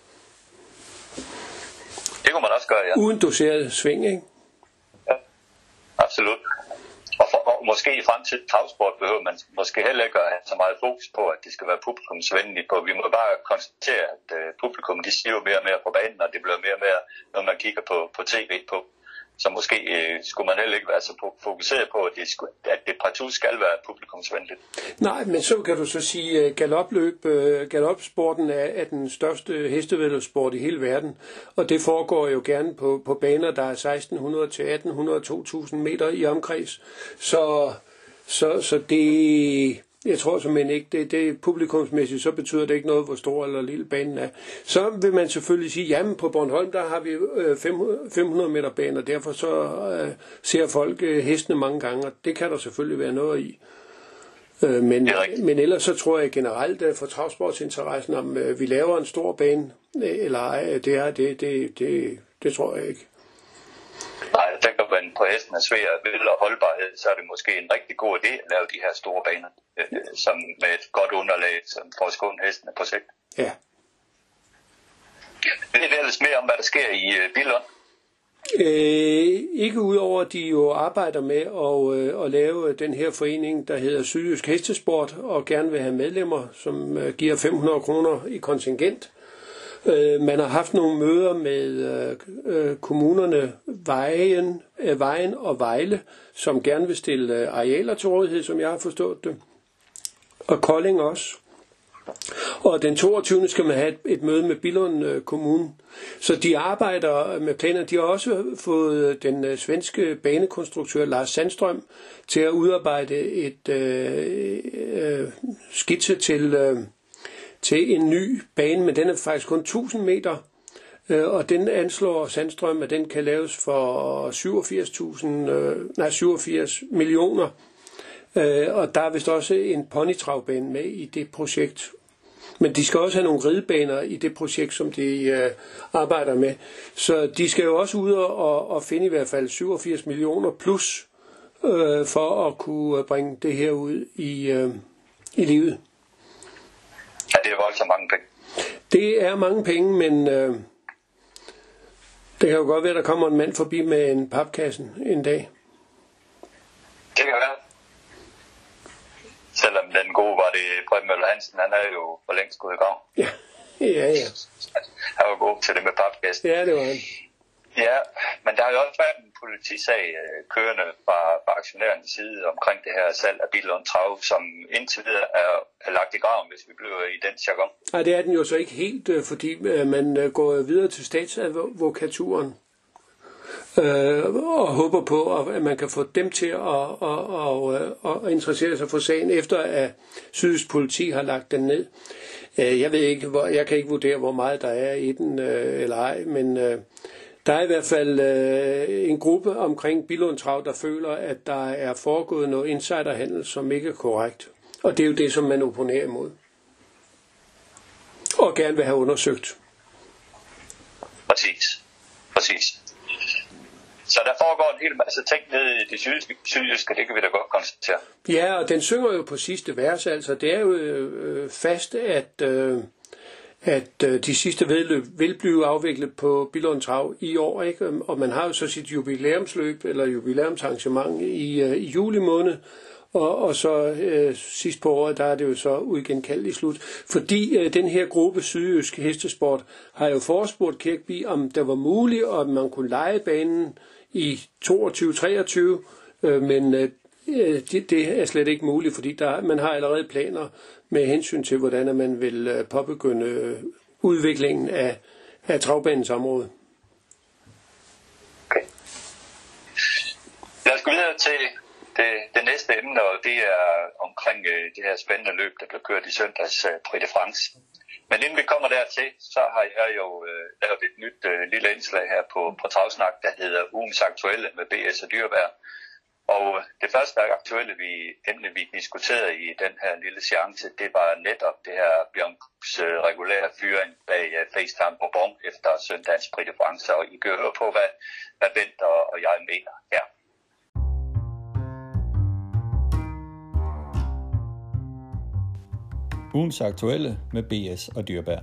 Det kunne man også gøre, ja. Uden doseret sving, ikke? Ja, absolut. Og, for, og måske i fremtiden travsport behøver man måske heller ikke at have så meget fokus på, at det skal være publikumsvenligt på. Vi må bare konstatere, at uh, publikum de stiger mere og mere på banen, og det bliver mere og mere, når man kigger på, på tv på. Så måske øh, skulle man heller ikke være så fokuseret på, at det, skulle, at det partout skal være publikumsvenligt. Nej, men så kan du så sige, at galopløb, galopsporten er, er den største hestevæddeløbssport i hele verden. Og det foregår jo gerne på, på baner, der er seksten hundrede til atten hundrede, to tusind meter i omkreds. Så, så, så det... Jeg tror simpelthen ikke, det, det publikumsmæssigt, så betyder det ikke noget, hvor stor eller lille banen er. Så vil man selvfølgelig sige, jamen på Bornholm, der har vi øh, fem hundrede meter baner, derfor så øh, ser folk øh, hestene mange gange, og det kan der selvfølgelig være noget i. Øh, men, men ellers så tror jeg generelt øh, for travsportsinteressen, om øh, vi laver en stor bane, øh, eller ej, det, er, det, det, det, det tror jeg ikke. Nej, jeg tænker, at på hesten er svær ved og holdbarhed, så er det måske en rigtig god idé at lave de her store baner, øh, som med et godt underlag, som får skåne hestene på sigt. Ja. Ved I ellers mere om, hvad der sker i øh, Billund? Øh, ikke udover, at de jo arbejder med at, øh, at lave den her forening, der hedder Sydjysk Hestesport, og gerne vil have medlemmer, som øh, giver fem hundrede kroner i kontingent. Øh, man har haft nogle møder med øh, kommunerne Vejen, øh, Vejen og Vejle, som gerne vil stille øh, arealer til rådighed, som jeg har forstået det. Og Kolding også. Og den toogtyvende skal man have et, et møde med Billund øh, Kommune. Så de arbejder med planer. De har også fået den øh, svenske banekonstruktør Lars Sandstrøm til at udarbejde et, øh, øh, skitse til, øh, til en ny bane, men den er faktisk kun tusind meter, øh, og den anslår Sandstrøm, at den kan laves for syvogfirs tusind, øh, nej, syvogfirs millioner, øh, og der er vist også en ponytravbane med i det projekt. Men de skal også have nogle ridebaner i det projekt, som de øh, arbejder med. Så de skal jo også ud og, og finde i hvert fald syvogfirs millioner plus øh, for at kunne bringe det her ud i, øh, i livet. Ja, det er voldsomt mange penge. Det er mange penge, men øh, det kan jo godt være, at der kommer en mand forbi med en papkassen en dag. Det kan være. Selvom den gode var det Preben Møller Hansen, han er jo for længst gået i gang. Ja, ja, ja. Han var god til det med papkassen. Ja, det var han. Ja, men der har jo også været en politisag øh, kørende fra, fra aktionærens side omkring det her salg af Billund Trav, som indtil videre er, er lagt i graven, hvis vi bliver i den jargon. Nej, det er den jo så ikke helt, fordi man går videre til statsadvokaturen. Øh, og håber på, at man kan få dem til at, at, at, at interessere sig for sagen, efter at Sydjysk Politi har lagt den ned. Jeg ved ikke, hvor, jeg kan ikke vurdere, hvor meget der er i den eller ej, men der er i hvert fald en gruppe omkring Billund Trav, der føler, at der er foregået noget insiderhandel, som ikke er korrekt. Og det er jo det, som man opponerer imod. Og gerne vil have undersøgt. Præcis. Præcis. Så der foregår en hel masse ting nede i det sydjyske, sydjyske, det kan vi da godt konstatere. Ja, og den synger jo på sidste vers, altså det er jo øh, fast, at, øh, at øh, de sidste vedløb vil blive afviklet på Billund Trav i år, ikke? Og man har jo så sit jubilæumsløb, eller jubilæumsarrangement i, øh, i juli måned, og, og så øh, sidst på året, der er det jo så uigenkaldeligt slut. Fordi øh, den her gruppe Sydjysk Hestesport har jo forespurgt Kirkeby, om det var muligt, og man kunne leje banen i toogtyve treogtyve, øh, men øh, det, det er slet ikke muligt, fordi der, man har allerede planer med hensyn til, hvordan man vil øh, påbegynde øh, udviklingen af, af travbanens område. Okay. Lad os gå videre til det, det næste emne, og det er omkring øh, det her spændende løb, der blev kørt i søndags, øh, Prix de France. Men inden vi kommer dertil, så har jeg jo øh, lavet et nyt øh, lille indslag her på, på Travsnak, der hedder Ugens Aktuelle med B S og Dyrebær. Og det første aktuelle vi, emne, vi diskuterede i den her lille seance, det var netop det her Bjørns øh, regulære fyring bag øh, FaceTime Bourbon efter søndagens Prix de France. Og I kan høre på, hvad, hvad Bent og, og jeg mener her. Ugens Aktuelle med B S og Dyrebær.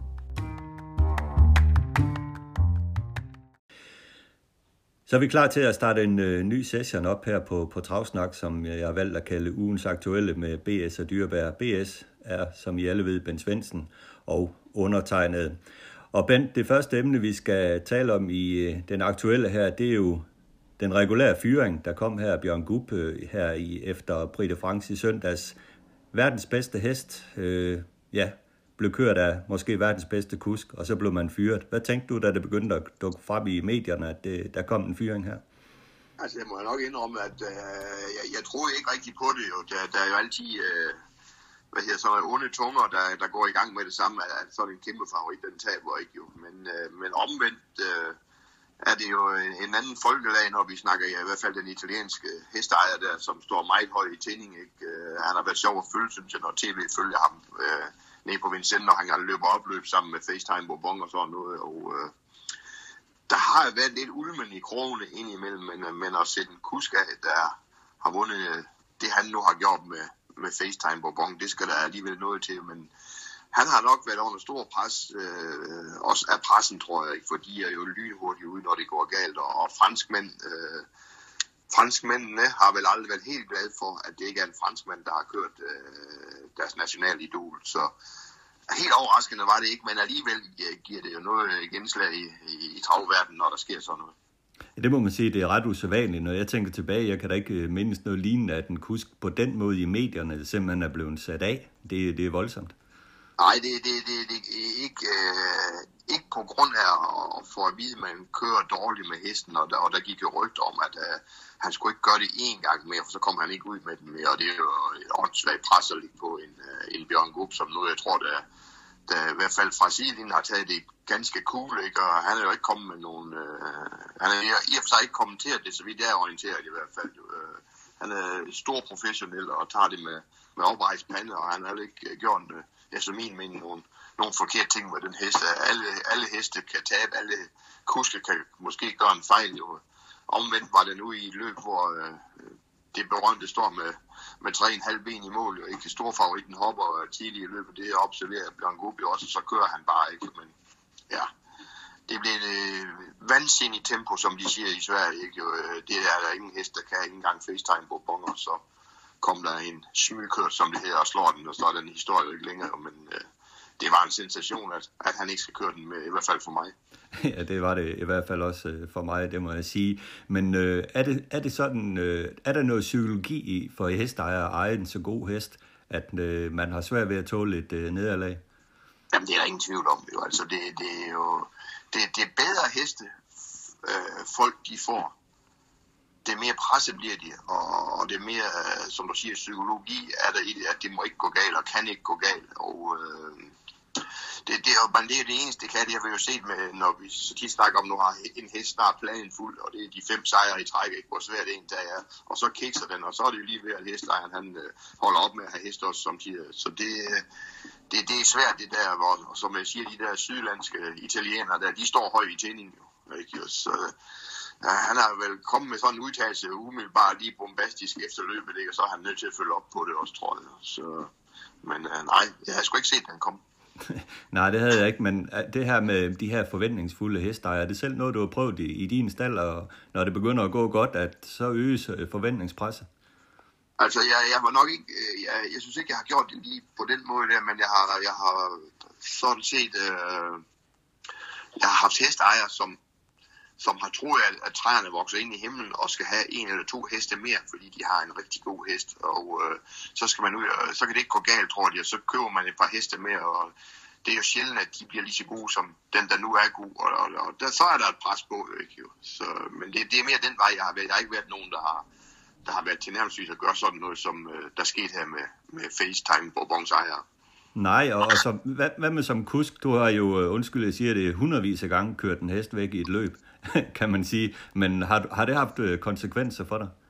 Så er vi klar til at starte en øh, ny session op her på, på Travsnak, som jeg har valgt at kalde Ugens Aktuelle med B S og Dyrebær. B S er, som I alle ved, Bent Svendsen og undertegnet. Og Bent, det første emne, vi skal tale om i øh, den aktuelle her, det er jo den regulære fyring, der kom her af Bjørn Gub øh, her i efter Prix de France i søndags. Verdens bedste hest, øh, ja, blev kørt af måske verdens bedste kusk, og så blev man fyret. Hvad tænkte du, da det begyndte at dukke frem i medierne, at det, der kom en fyring her? Altså, jeg må nok indrømme, at øh, jeg, jeg troede ikke rigtig på det. Jo. Der, der er jo altid øh, hvad hedder, sådan nogle onde tunger, der, der går i gang med det samme. At sådan en kæmpe favorit, den taber ikke jo. Men, øh, men omvendt øh, er det jo en, en anden folkelag, når vi snakker ja, i hvert fald den italienske hesteejer der, som står meget højt i tænding. Ikke? Øh, han har været sjov at følge, synes jeg, når tv følger ham øh, nede på Vincennes, når han løber opløb sammen med FaceTime Bourbon og sådan noget. Og, øh, der har været lidt ulmen i krogene indimellem, men, men at sætte en kusk af, der har vundet det, han nu har gjort med, med FaceTime Bourbon, det skal der alligevel noget til, men han har nok været under stor pres, øh, også af pressen, tror jeg, for de er jo lynhurtige ude, når det går galt, og, og franskmænd, øh, franskmændene har vel aldrig været helt glade for, at det ikke er en franskmand, der har kørt øh, deres nationale idol, så helt overraskende var det ikke, men alligevel giver det jo noget genslag i, i, i travverdenen, når der sker sådan noget. Ja, det må man sige, det er ret usædvanligt. Når jeg tænker tilbage, jeg kan da ikke mindes noget lignende, at en kusk på den måde i medierne simpelthen er blevet sat af. Det, det er voldsomt. Nej, det, det, det, det er ikke, øh, ikke på grund af at få at vide, at man kører dårligt med hesten, og der, og der gik jo rygter om, at øh, han skulle ikke gøre det én gang mere, for så kom han ikke ud med den mere, og det er jo et åndssvagt pres at ligge på en, øh, en Bjørn Goop, som nu jeg tror, der, der i hvert fald fra sidelinjen har taget det ganske cool, ikke? Og han er jo ikke kommet med nogen, øh, han er i og for sig ikke kommenteret det, så vidt jeg er orienteret i hvert fald. Øh, han er stor professionel og tager det med, med oprejst pande, og han har ikke gjort øh, efter min mening nogle, nogle forkerte ting med den hest. Alle, alle heste kan tabe, alle kuske kan måske gøre en fejl. Jo. Omvendt var det nu i et løb, hvor øh, det berømte står med, med tre komma fem ben i mål. Jo. Ikke stor favoritten hopper tidligt i løbet, det er observeret Bjørn Goop også, så kører han bare ikke. Men ja, det blev et øh, vandsynligt tempo, som de siger i Sverige. Ikke? Jo, det er der ingen hest, der kan ikke engang FaceTime på bonger, så kom der en smygkørt, som det her, og slår den, og så er den historie ikke længere, men øh, det var en sensation, at, at han ikke skal køre den med, i hvert fald for mig. Ja, det var det i hvert fald også øh, for mig, det må jeg sige. Men øh, er, det, er det sådan, øh, er der noget psykologi i for hesteejere at eje en så god hest, at øh, man har svært ved at tåle et øh, nederlag? Jamen, det er der ingen tvivl om, jo. Altså, det, det er jo det, det er bedre heste, øh, folk de får. Det mere presse bliver de, og, og det mere, som du siger, psykologi er der i det, at det må ikke gå galt, og kan ikke gå galt. Og øh, det, det, er, man, det er det eneste, det kan. Det har vi jo set med, når vi så tit snakker om, nu har en hest snart planen fuld, og det er de fem sejre i træk, ikke, hvor svært en dag er. Og så kikser den, og så er det jo lige ved, at hestejeren han øh, holder op med at have hest også samtidig. Så det, det, det er svært det der, hvor, som jeg siger, de der sydlandske italienere der, de står højt i tændingen jo. Ikke? Så, ja, han har vel kommet med sådan en udtalelse umiddelbart lige bombastisk efter løbet, ikke? Og så er han nødt til at følge op på det også, tror jeg. Så, men uh, nej, jeg har sgu ikke set den komme. Nej, det havde jeg ikke, men det her med de her forventningsfulde hesteejere, er det selv noget, du har prøvet i, i din stald, og når det begynder at gå godt, at så øges forventningspresset? Altså, jeg, jeg var nok ikke, jeg, jeg synes ikke, jeg har gjort det lige på den måde der, men jeg har, jeg har sådan set, øh, jeg har haft hesteejere, som som har troet, at, at træerne vokser ind i himlen og skal have en eller to heste mere, fordi de har en rigtig god hest. Og øh, så skal man ud, og så kan det ikke gå galt, tror de, og så køber man et par heste mere, og det er jo sjældent, at de bliver lige så gode som den, der nu er god, og, og, og der, så er der et pres på, ikke jo. Så, men det, det er mere den vej, jeg har været. Jeg har ikke været nogen, der har, der har været tilnærmelsesvis at gøre sådan noget, som øh, der skete her med, med FaceTime på bondsejere. Nej, og, og så, hvad, hvad med som kusk? Du har jo, undskyld, jeg siger det, hundredvis af gange kørt en hest væk i et løb, kan man sige. Men har, har det haft konsekvenser for dig?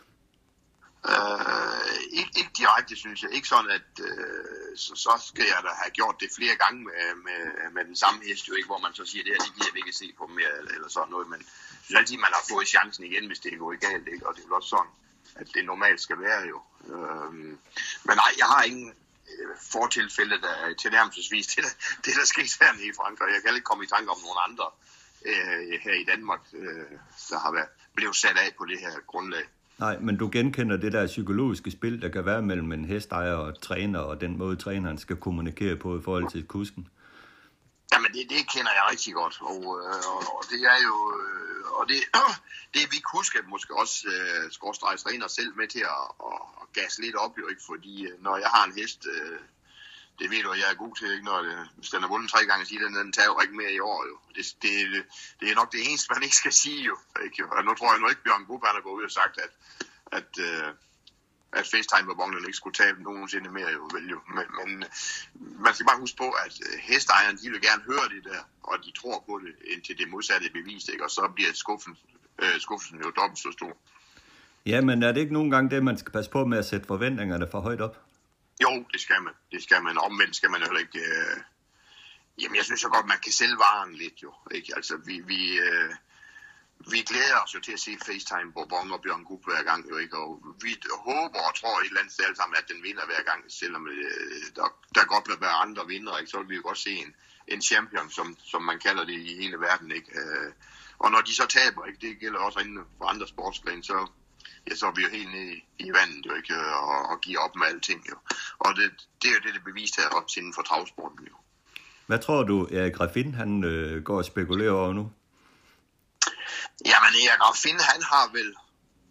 Øh, ikke, ikke direkte, synes jeg. Ikke sådan, at øh, så, så skal jeg da have gjort det flere gange med, med, med den samme hest, jo ikke, hvor man så siger, det her, det giver vi ikke se på mere, eller, eller sådan noget. Men jeg synes altid, man har fået chancen igen, hvis det er gået galt, ikke? Og det er jo også sådan, at det normalt skal være jo. Øh, men nej, jeg har ingen fortilfælde, der er tilnærmelsesvis det, det der skete hernede i Frankrig. Jeg kan ikke komme i tanke om nogen andre øh, her i Danmark, øh, der har været, blevet sat af på det her grundlag. Nej, men du genkender det der psykologiske spil, der kan være mellem en hestejer og træner, og den måde træneren skal kommunikere på i forhold til kusken? Jamen, det, det kender jeg rigtig godt, og, og, og det er jo, og det, det er vi kuske måske også øh, skorstræks træner selv med til at, at, at gasse lidt op, jo ikke, fordi når jeg har en hest, øh, det ved du, jeg er god til, ikke, når det, hvis den er vundet tre gange, siger den, den tager jo ikke mere i år, jo. Det, det, det er nok det eneste, man ikke skal sige, jo, ikke? Og nu tror jeg nu ikke, Bjørn Goop har gået ud og sagt, at, at øh, at FaceTime på bongen ikke skulle tabe nogensinde mere, jo, vel jo. Men, men man skal bare huske på, at hesteejerne, de vil gerne høre det der, og de tror på det, indtil det modsatte er bevist, ikke? Og så bliver skuffen, øh, skuffelsen jo dobbelt så stor. Ja, men er det ikke nogle gange det, man skal passe på med at sætte forventningerne for højt op? Jo, det skal man. Det skal man. Omvendt skal man heller ikke... Øh... Jamen, jeg synes jo godt, man kan sælge varen lidt, jo. Ikke? Altså, vi... vi øh... Vi glæder os jo til at se FaceTime på Bong og Bjørn Goop hver gang, jo ikke? Og vi håber og tror et eller andet sted alle sammen, at den vinder hver gang, selvom øh, der, der godt vil være andre vinder, ikke? Så vil vi jo godt se en, en champion, som, som man kalder det i hele verden, ikke? Øh, og når de så taber, ikke? Det gælder også inden for andre sportsgrene, så, ja, så er vi jo helt nede i, i vandet, jo ikke? Og, og giver op med alting, jo. Og det, det er jo det, det beviste her op inden for travsporten, jo. Hvad tror du, Erik Raffin, han øh, går og spekulerer over nu? Jamen, Erik Raffin, han har vel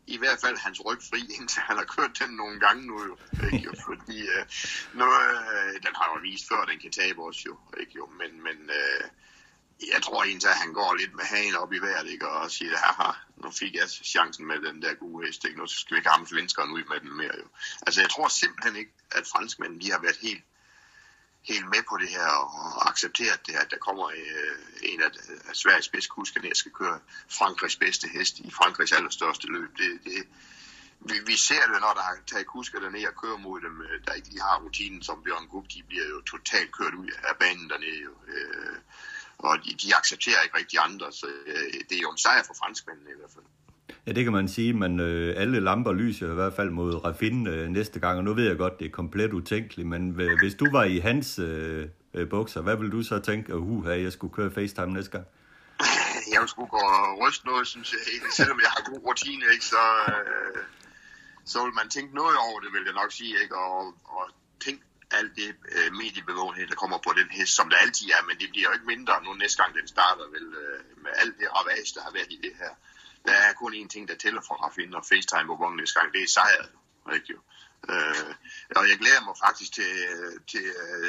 i hvert fald hans ryg fri, indtil han har kørt den nogle gange nu jo. Ikke? Fordi øh, nu, øh, den har jo vist før, den kan tabe os jo. Ikke? Jo. Men, men øh, jeg tror egentlig, at han går lidt med hagen op i vejret, ikke? Og siger, haha, nu fik jeg chancen med den der gode hest, ikke? Nu skal vi ikke have svenskeren ud med den mere jo. Altså jeg tror simpelthen ikke, at franskmændene de har været helt helt med på det her og accepteret det her, at der kommer øh, en af, af Sveriges bedste kusker, der skal køre Frankrigs bedste hest i Frankrigs allerstørste løb. Det, det, vi, vi ser det, når der har taget kusker dernede og kører mod dem, der ikke lige har rutinen som Bjørn Gub, de bliver jo totalt kørt ud af banen dernede jo. Øh, og de, de accepterer ikke rigtig andre, så øh, det er jo en sejr for franskmændene i hvert fald. Ja, det kan man sige, men øh, alle lamper lyser i hvert fald mod Raffin øh, næste gang, og nu ved jeg godt, det er komplet utænkeligt, men øh, hvis du var i hans øh, øh, bukser, hvad ville du så tænke, at uh, jeg skulle køre FaceTime næste gang? Jeg ville sgu gå og ryste noget, synes jeg egentlig, selvom jeg har god rutine, ikke, så, øh, så vil man tænke noget over det, vil jeg nok sige, ikke, og, og tænke alt det øh, mediebevågenhed, der kommer på den hest, som der altid er, men det bliver jo ikke mindre nu næste gang den starter, vel, øh, med alt det ravage, der har været i det her. Der er kun én ting, der tæller for Raffin og FaceTime på bongen næste gang, det er sejret. Ikke jo? Øh, og jeg glæder mig faktisk til, til,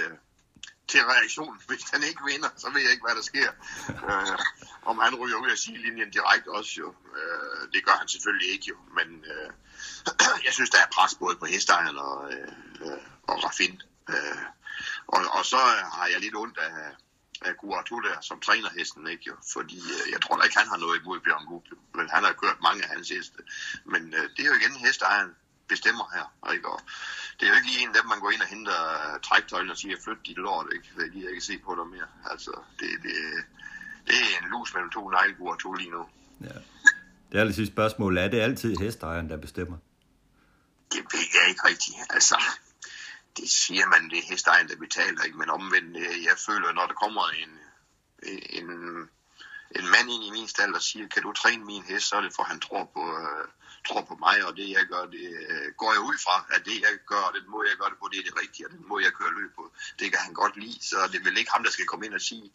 til reaktionen. Hvis han ikke vinder, så ved jeg ikke, hvad der sker. Øh, om han ryger ud af sidelinjen direkte også jo. Øh, det gør han selvfølgelig ikke jo. Men øh, jeg synes, der er pres både på hestejeren og, øh, og Raffin. Øh, og, og så har jeg lidt ondt af af Guartu der, som træner hesten, ikke jo? Fordi øh, jeg tror da ikke, han har noget imod Bjørn Gub, men han har kørt mange af hans heste. Men øh, det er jo igen hestejeren bestemmer her, ikke? Og det er jo ikke lige en af dem, man går ind og henter uh, træktøjlen og siger, flyt dit lort, ikke? Det gider jeg ikke se på dig mere. Altså, det, det, det er en lus mellem to negle Guartu lige nu. Ja. Det er altså et spørgsmål, er det altid hestejeren, der bestemmer? Det ved jeg ikke rigtigt, altså. Det siger man, det er hestejeren, der betaler, ikke? Men omvendt, jeg føler, når der kommer en, en, en mand ind i min stald og siger, kan du træne min hest, så er det for, han tror på, uh, tror på mig, og det jeg gør, det uh, går jeg ud fra, at det jeg gør, den måde jeg gør det på, det er det rigtige, og den måde jeg kører løb på, det kan han godt lide, så det er vel ikke ham, der skal komme ind og sige,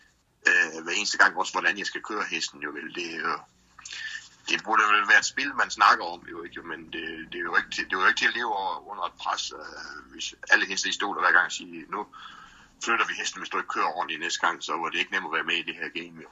uh, hver eneste gang også, hvordan jeg skal køre hesten, jo vel, det er uh, Det burde vel være et spil, man snakker om, jo ikke, men det, det, er jo ikke til, det er jo ikke til at leve under et pres, uh, hvis alle heste i stod der hver gang og siger, nu flytter vi hesten, hvis du ikke kører ordentligt næste gang, så var det ikke nemt at være med i det her game, jo.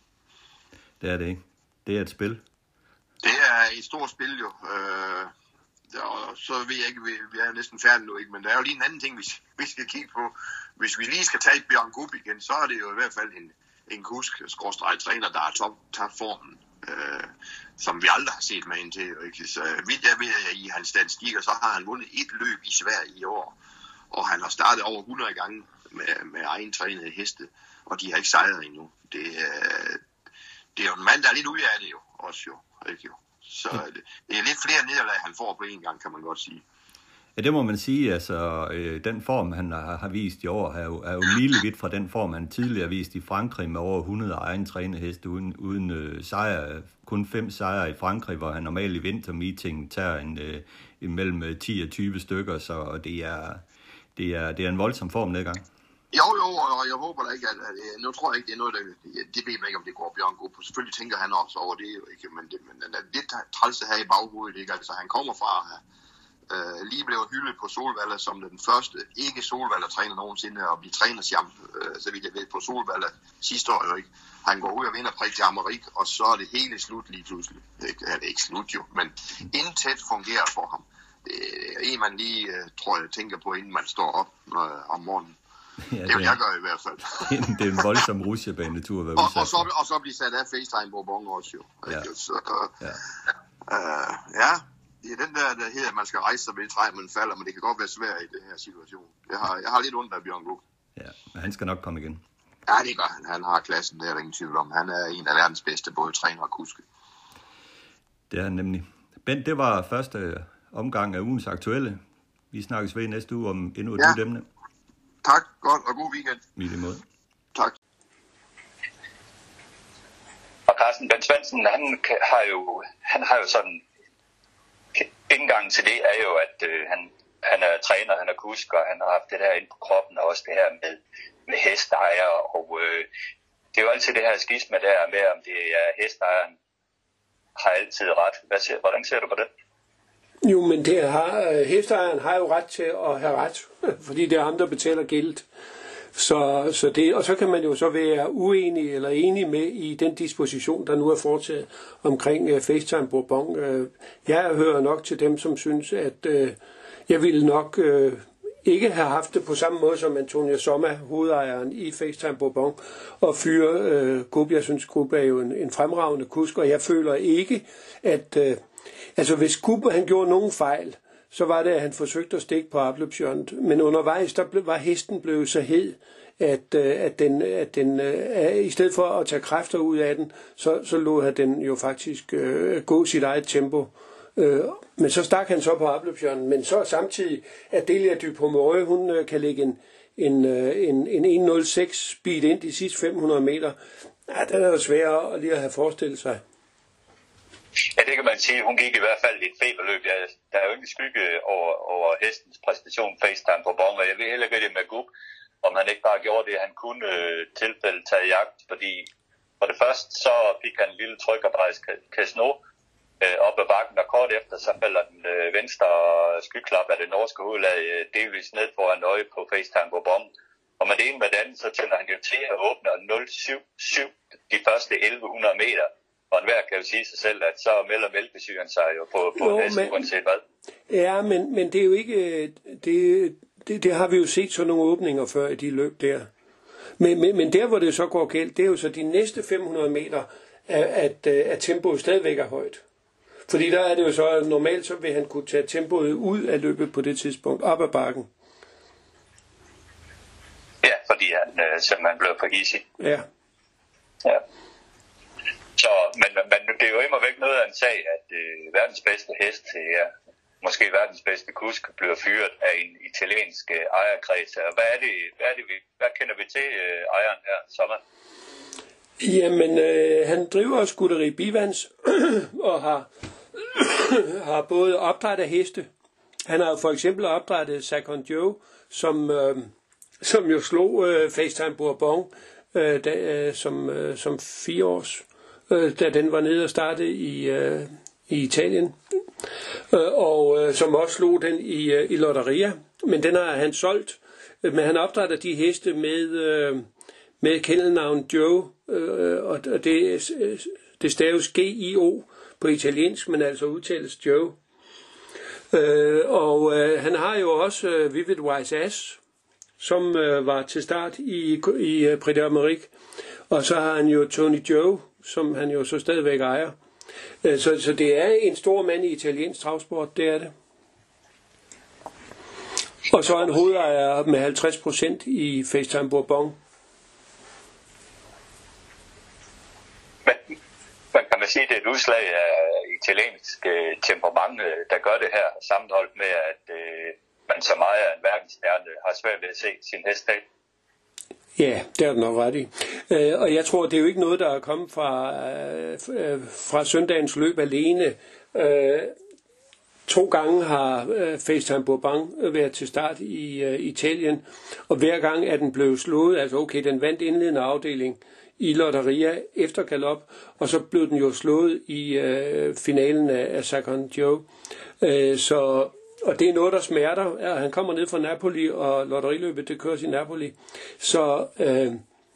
Det er det ikke. Det er et spil. Det er et stort spil, jo. Uh, og så ved jeg ikke, vi, vi er næsten færdige nu, ikke, men der er jo lige en anden ting, vi, vi skal kigge på. Hvis vi lige skal tage Bjørn Gub igen, så er det jo i hvert fald en, en kusk-træner, der er top, top formen. Øh, som vi aldrig har set med ind til. Ikke? Så vidt jeg ved, at i hans statistikker, så har han vundet et løb i Sverige i år, og han har startet over hundrede gange med, med egen trænede heste, og de har ikke sejret endnu. Det, øh, det er jo en mand, der er lidt ude af det jo, også jo. Ikke jo? Så det, det er lidt flere nederlag, han får på en gang, kan man godt sige. Ja, det må man sige. Altså, øh, den form, han har, har vist i år, er jo, er jo milevidt fra den form, han tidligere har vist i Frankrig med over hundrede egen trænede heste uden, uden øh, sejr. Kun fem sejre i Frankrig, hvor han normalt i vintermeetingen tager en, øh, en mellem ti og tyve stykker, så det er, det er, det er en voldsom form nedgang. Jo, jo, og jeg håber da ikke, at, at nu tror jeg ikke, det er noget, der, det ved man ikke, om det går Bjørn Gub. Selvfølgelig tænker han også over det, jo ikke, men det, men den er lidt træls at have i baghovedet, ikke? Altså, han kommer fra Uh, lige blev hyldet på Solvalla som den første ikke-Solvalla-træner nogensinde, og blive trænerschamp, uh, så vidt jeg ved, på Solvalla sidste år jo ikke. Han går ud og vinder Prix d'Amérique, og så er det hele slut lige pludselig. Det er det ikke slut jo, men intet fungerer for ham. Det er en, man lige, uh, tror jeg, tænker på, inden man står op uh, om morgenen. Ja, det vil jeg gøre i hvert fald. Det er en voldsom rusjebanetur at være og, udsat og, så, og så blive sat af FaceTime på bongen også jo. Ja. Så, uh, ja. Uh, ja. Det er den der, der hedder, at man skal rejse sig ved et træ, man falder, men det kan godt være svært i den her situation. Jeg har, jeg har lidt ondt af Bjørn Gub. Ja, men han skal nok komme igen. Ja, det gør han. Han har klassen, det er der ingen tvivl om. Han er en af verdens bedste, både træner og kuske. Det er han nemlig. Bent, det var første omgang af ugens aktuelle. Vi snakkes ved næste uge om endnu et ja. nyt emne. Tak, godt, og god weekend. I lige måde. Tak. Og Carsten Bent Svendsen, han har jo, han har jo sådan... Indgangen til det er jo, at øh, han, han er træner, han er kusk, og han har haft det der inde på kroppen, og også det her med, med hestejer. Og øh, det er jo altid det her skisma der med, om det er hesteejeren, har altid ret. Hvad ser, hvordan ser du på det? Jo, men det har, hesteejeren har jo ret til at have ret, fordi det er ham, der betaler gældet. Så, så det, og så kan man jo så være uenig eller enig med i den disposition, der nu er foretaget omkring uh, FaceTime Bourbon. Uh, jeg hører nok til dem, som synes, at uh, jeg ville nok uh, ikke have haft det på samme måde som Antonia Sommer, hovedejeren i FaceTime Bourbon, og fyre uh, Gub. Jeg synes, Gub er jo en, en fremragende kusk, og jeg føler ikke, at uh, altså hvis Gub han gjorde nogen fejl, så var det, at han forsøgte at stikke på opløbshjørnet. Men undervejs, der var hesten blevet så hed, at, at, den, at den, at i stedet for at tage kræfter ud af den, så, så lod han den jo faktisk øh, gå sit eget tempo. Øh, men så stak han så på opløbshjørnet. Men så samtidig, at Delia du Pomereux, hun øh, kan lægge en, en, en, en en nul seks speed ind de sidste fem hundrede meter. Ja, den er jo sværere at lige at have forestillet sig. Ja, det kan man sige. Hun gik i hvert fald i et feberløb. Ja, der er jo ikke skygge over, over hestens præstation FaceTime Bourbon, og jeg ved heller ikke det med Gub, om han ikke bare gjorde det, han kunne øh, tilfælde tage jagt, fordi for det første så fik han en lille tryk og drejes Casino øh, op ad bakken, og kort efter så falder den øh, venstre skyklap af det norske hovedlag øh, delvis ned foran øje på FaceTime Bourbon. Og med det ene med det andet, så tænder han jo til at åbne nul syv syv de første elleve hundrede meter. Og enhver kan jo sige sig selv, at så melder mælkesyren sig jo på, på jo, næsten uanset hvad. Ja, men, men det er jo ikke... Det, det, det har vi jo set sådan nogle åbninger før i de løb der. Men, men, men der, hvor det så går galt, det er jo så de næste fem hundrede meter, at, at, at tempoet stadigvæk er højt. Fordi der er det jo så, normalt så vil han kunne tage tempoet ud af løbet på det tidspunkt, op ad bakken. Ja, fordi han øh, simpelthen blev for easy. Ja. Ja. Så, men, men det er jo immer væk noget af en sag, at øh, verdens bedste hest, ja, måske verdens bedste kusk, bliver fyret af en italiensk øh, ejerkreds. Hvad er det, hvad er det vi, hvad kender vi til øh, ejeren her, Sommer? Jamen, øh, han driver Skuteri Bivans og har, har både opdræt af heste. Han har for eksempel opdrættet Second Joe, som, øh, som jo slog øh, FaceTime Bourbon øh, da, øh, som, øh, som fire års. Da den var nede og starte i, øh, i Italien, øh, og øh, som også slog den i, øh, i Lotteria, men den har han solgt, men han opdrætter de heste med, øh, med kennelnavn Joe, øh, og det, det staves G I O på italiensk, men altså udtales Joe, øh, og øh, han har jo også øh, Vivid Wise Ass, som øh, var til start i, i uh, Prix d'Amérique, og så har han jo Tony Joe, som han jo så stadigvæk ejer. Så, så det er en stor mand i italiensk travsport, det er det. Og så er han hovedejer med halvtreds procent i FaceTime Bourbon. Men, men kan man sige, at det er et udslag af italiensk øh, temperament, der gør det her, sammenholdt med, at øh, man som ejer af en verdensstjerne har svært ved at se sin hest af? Ja, det er du nok ret i. Øh, og jeg tror, det er jo ikke noget, der er kommet fra, øh, fra søndagens løb alene. Øh, to gange har øh, FaceTime Bourbon været til start i øh, Italien, og hver gang er den blevet slået, altså okay, den vandt indledende afdeling i Lotteria efter galop, og så blev den jo slået i øh, finalen af, af Second Joe. Øh, så... Og det er noget, der smerter. Ja, han kommer ned fra Napoli, og lotteriløbet, det køres i Napoli. Så øh,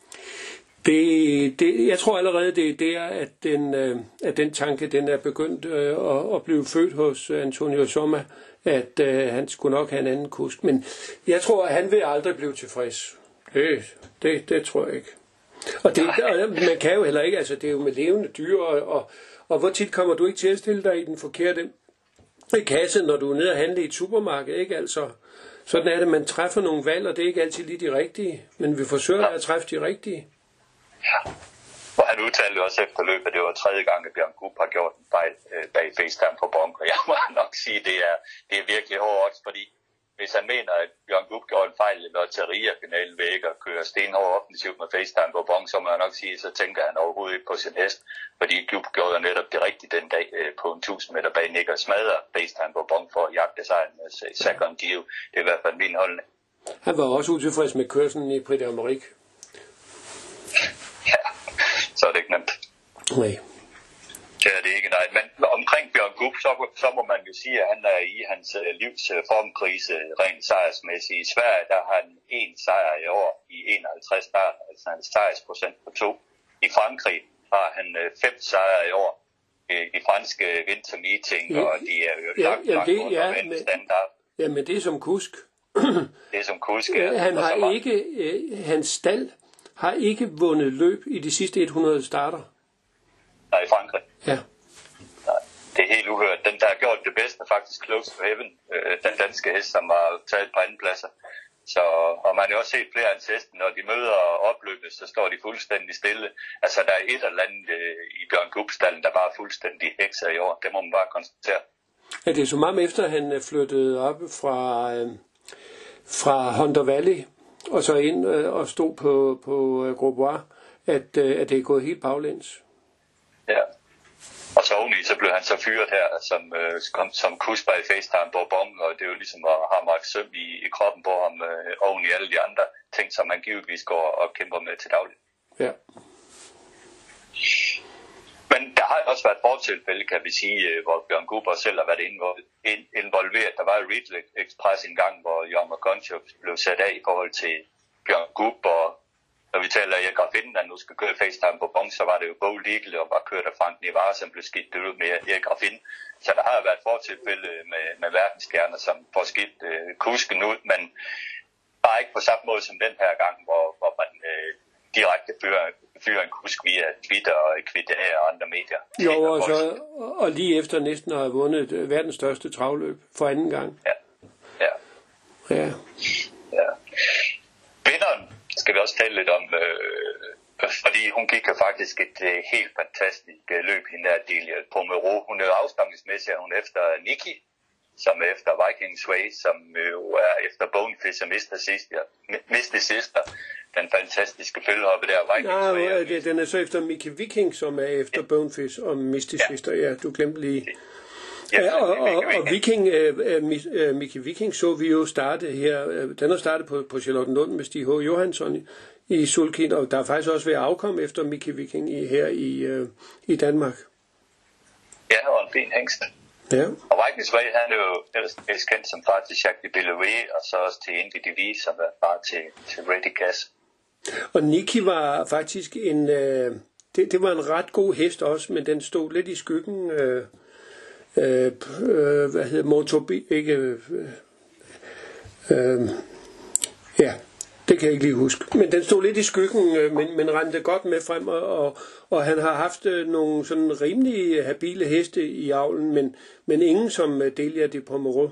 det, det, jeg tror allerede, det er der, at den, øh, at den tanke, den er begyndt øh, at, at blive født hos Antonio Sommer, at øh, han skulle nok have en anden kusk. Men jeg tror, at han vil aldrig blive tilfreds. Det, det, det tror jeg ikke. Og, det, og man kan jo heller ikke, altså det er jo med levende dyr, og, og, og hvor tit kommer du ikke til at stille dig i den forkerte i kasse, når du er nede og handle i et supermarked, ikke altså. Sådan er det, man træffer nogle valg, og det er ikke altid lige de rigtige, men vi forsøger at træffe de rigtige. Ja, og han udtalte også efter løbet, at det var tredje gang, at Bjørn Gub har gjort en fejl øh, bag FaceTime Bourbon, og jeg må nok sige, at det er, det er virkelig hårdt odds, fordi hvis han mener, at Bjørn Gub gjorde en fejl i Lotteria-finalen ved ikke at køre stenhård offensivt med FaceTime Bourbon, så må jeg nok sige, så tænker han overhovedet ikke på sin hest, fordi Gub gjorde jo netop det rigtige den dag øh, på en tusind meter bag Nick og smadrer FaceTime Bourbon for at jagte sejren med Second Joe. Det er i hvert fald min holdning. Han var også utilfreds med kørslen i Prix d'Amérique. Ja, så er det ikke nemt. Nej. Det er det ikke, nej. Men omkring Bjørn Gub, så, så må man jo sige, at han er i hans livs formkrise rent sejrsmæssigt. I Sverige, der har han en sejr i år i enoghalvtreds starter, altså en sejrsprocent på to. I Frankrig har han fem sejre i år. De franske vintermeeting, ja, og de er jo langt, ja, langt under ja, men, standard. Ja, men det er som kusk. Det er som kusk, ja. Han har ikke, øh, hans stald har ikke vundet løb i de sidste hundrede starter. Nej, i Frankrig. Ja. Nej, det er helt uhørt. Den, der har gjort det bedste, faktisk Close to Heaven, øh, den danske hest, som har taget på anden pladser. Så, og man har jo også set flere af hans heste, når de møder opløbet, så står de fuldstændig stille. Altså, der er et eller andet øh, i Bjørn Gubstallen, der bare er fuldstændig hekser i år. Det må man bare konstatere. Ja, det er så meget efter, at han flyttede op fra, øh, fra Hunter Valley, og så ind øh, og stod på, på øh, Grosbois, at, øh, at det er gået helt baglæns. Ja. Og så oveni, så blev han så fyret her, som, øh, som, som kusper i FaceTime Bourbon, og det er jo ligesom at have meget søm i, i kroppen på ham, øh, oven i alle de andre ting, som man givetvis går og kæmper med til daglig. Ja. Men der har også været fortilfælde, kan vi sige, hvor Bjørn Gubber selv har været involveret. Der var jo Reed Express en gang, hvor Jon McConchop blev sat af i forhold til Bjørn Gubber. Når vi taler af Grafin, at nu skal køre FaceTime på Bong, så var det jo Bo Legal og var kørt af Frank Nivara, som blev skiftet ud med Erik Grafin. Så der har været fortilfælde med, med verdensstjerner, som får skidt øh, kusken ud, men bare ikke på samme måde som den her gang, hvor, hvor man øh, direkte fyrer, fyrer en kusk via Twitter og Equidae og andre medier. Jo, og, så, og lige efter næsten har vundet verdens største travløb for anden gang. Ja. Ja. Ja. Ja. Vinderen skal vi også tale lidt om, øh, fordi hun gik jo faktisk et øh, helt fantastisk øh, løb, hende der Delia Pomereux. Hun er jo afstamningsmæssig, hun efter Nikki, som er efter Viking Sway, som jo er efter Bonefish og Mister Sister, Mister Sister, den fantastiske følgehoppe der, Viking Nej, Sway. Nej, det, den er så efter Mickey Viking, som er efter ja. Bonefish og Mister ja. Sister, ja, du glemte lige. Ja, ja, og, og, og Viking, uh, uh, Mickey Viking så vi jo starte her, uh, den har startet på, på Charlottenlund med Stig H. Johansson i, i Sulkin, og der er faktisk også ved at afkomme efter Mickey Viking i, her i, uh, i Danmark. Ja, og en fin hængst. Ja. Og Viking Sway, han er jo ellers kendt som far til Jacques de Bellevue, og så også til Indy Devise, som er far til, til Ready Gas. Og Nikki var faktisk en, uh, det, det var en ret god hest også, men den stod lidt i skyggen. Uh, Øh, øh, hvad hedder Motobi, ikke øh, øh, ja, det kan jeg ikke lige huske, men den stod lidt i skyggen, øh, men, men rendte godt med frem, og, og, og han har haft øh, nogle sådan rimelig habile heste i avlen, men, men ingen som øh, Delia de Pomereux.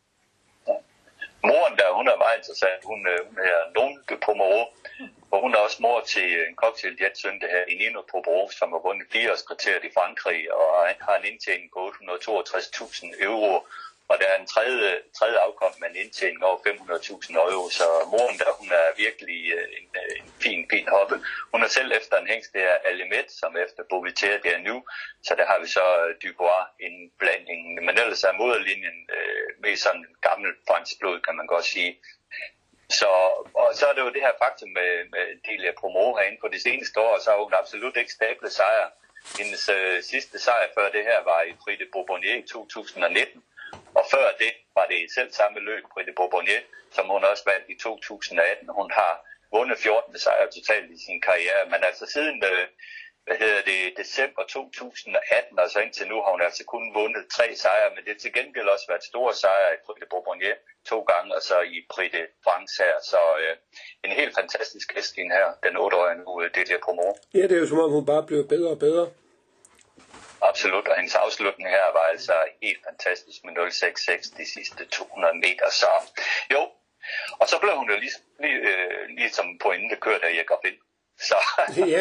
Moren der, hun er meget interessant, hun, øh, hun er None de Pomereux, og hun er også mor til en cocktailjet-søn, det her i Nino Pomereux, som har vundet fireårskriteriet i Frankrig, og har en indtjening på otte hundrede og toogtres tusind euro. Og der er en tredje, tredje afkom med en indtjening over fem hundrede tusind euro, så moren der, hun er virkelig en, en fin, fin hoppe. Hun er selv efter en hængst, det er Alimet, som efter Bovitaire det er nu, så der har vi så Dubois indblandingen. Men ellers er moderlinjen øh, med sådan en gammel fransk blod, kan man godt sige. Så, og så er det jo det her faktum med, med Delia Pomereux herinde på de seneste år, så har hun absolut ikke stablet sejr. Hendes øh, sidste sejr før det her var i Prix de Bourbonnier i to tusind og nitten. Og før det var det i selv samme løb, Prix de Bourbonnier, som hun også vandt i to tusind og atten. Hun har vundet fjorten sejre totalt i sin karriere, men altså siden øh, hvad hedder det, december to tusind og atten, og så indtil nu har hun altså kun vundet tre sejre, men det har til gengæld også været store sejre i Prix de Bourbonnier to gange, og så i Prix de France her. Så øh, en helt fantastisk hestling her, den otteårige nu, Delia Pomereux. Ja, det er jo som om hun bare blev bedre og bedre. Absolut, og hendes afslutning her var altså helt fantastisk med nul seks seks de sidste to hundrede meter, så jo. Og så blev hun jo lige, lige, øh, lige som pointe kørt af Erik Grafin. Så ja.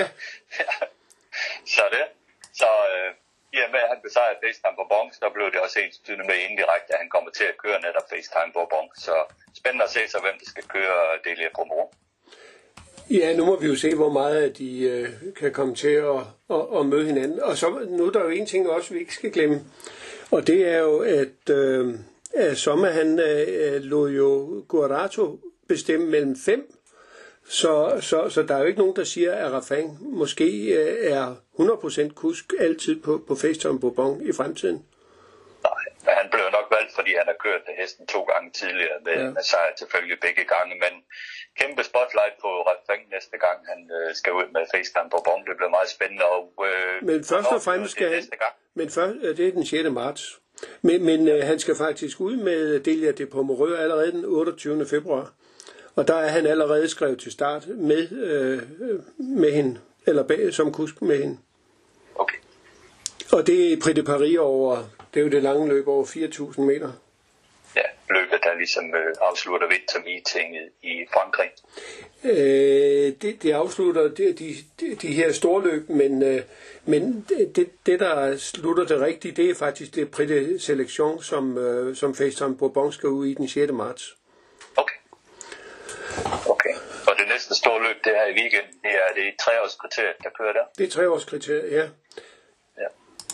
Så det. Så øh, i og med at han besejrede FaceTime Bourbon, så blev det også helt tydeligt med indirekte, at han kommer til at køre netop FaceTime Bourbon. Så spændende at se så, hvem der skal køre Delia Pomereux. Ja, nu må vi jo se, hvor meget de øh, kan komme til at, at, at møde hinanden. Og så nu er der jo en ting også, vi ikke skal glemme. Og det er jo, at, øh, at Sommer, han øh, lod jo Guarato bestemme mellem fem Så, så, så der er jo ikke nogen, der siger, at Raffin måske er hundrede procent kusk altid på, på FaceTime Bourbon i fremtiden. Nej, men han blev nok valgt, fordi han har kørt hesten to gange tidligere med, ja. med sejr selvfølgelig begge gange. Men kæmpe spotlight på Raffin næste gang, han øh, skal ud med FaceTime Bourbon. Det bliver meget spændende. Og, øh, men først og fremmest skal han... Men først, det er den sjette marts. Men, men øh, han skal faktisk ud med Delia de Pomereux allerede den otteogtyvende februar. Og der er han allerede skrevet til start med, øh, med hende, eller bag, som kusk med hende. Okay. Og det er Prix de Paris over, det er jo det lange løb over fire tusind meter. Ja, løbet der ligesom øh, afslutter vintermeetinget i Frankrig. Øh, det, det afslutter det, de, de, de her store løb, men, øh, men det, det, der slutter det rigtige, det er faktisk det Prix de Selection, som, øh, som FaceTime Bourbon skal ud i den sjette marts. Okay. Okay. Og det næste store løb, det er i weekenden, det er det treårskriteriet, der kører der? Det er treårskriteriet, ja. Ja.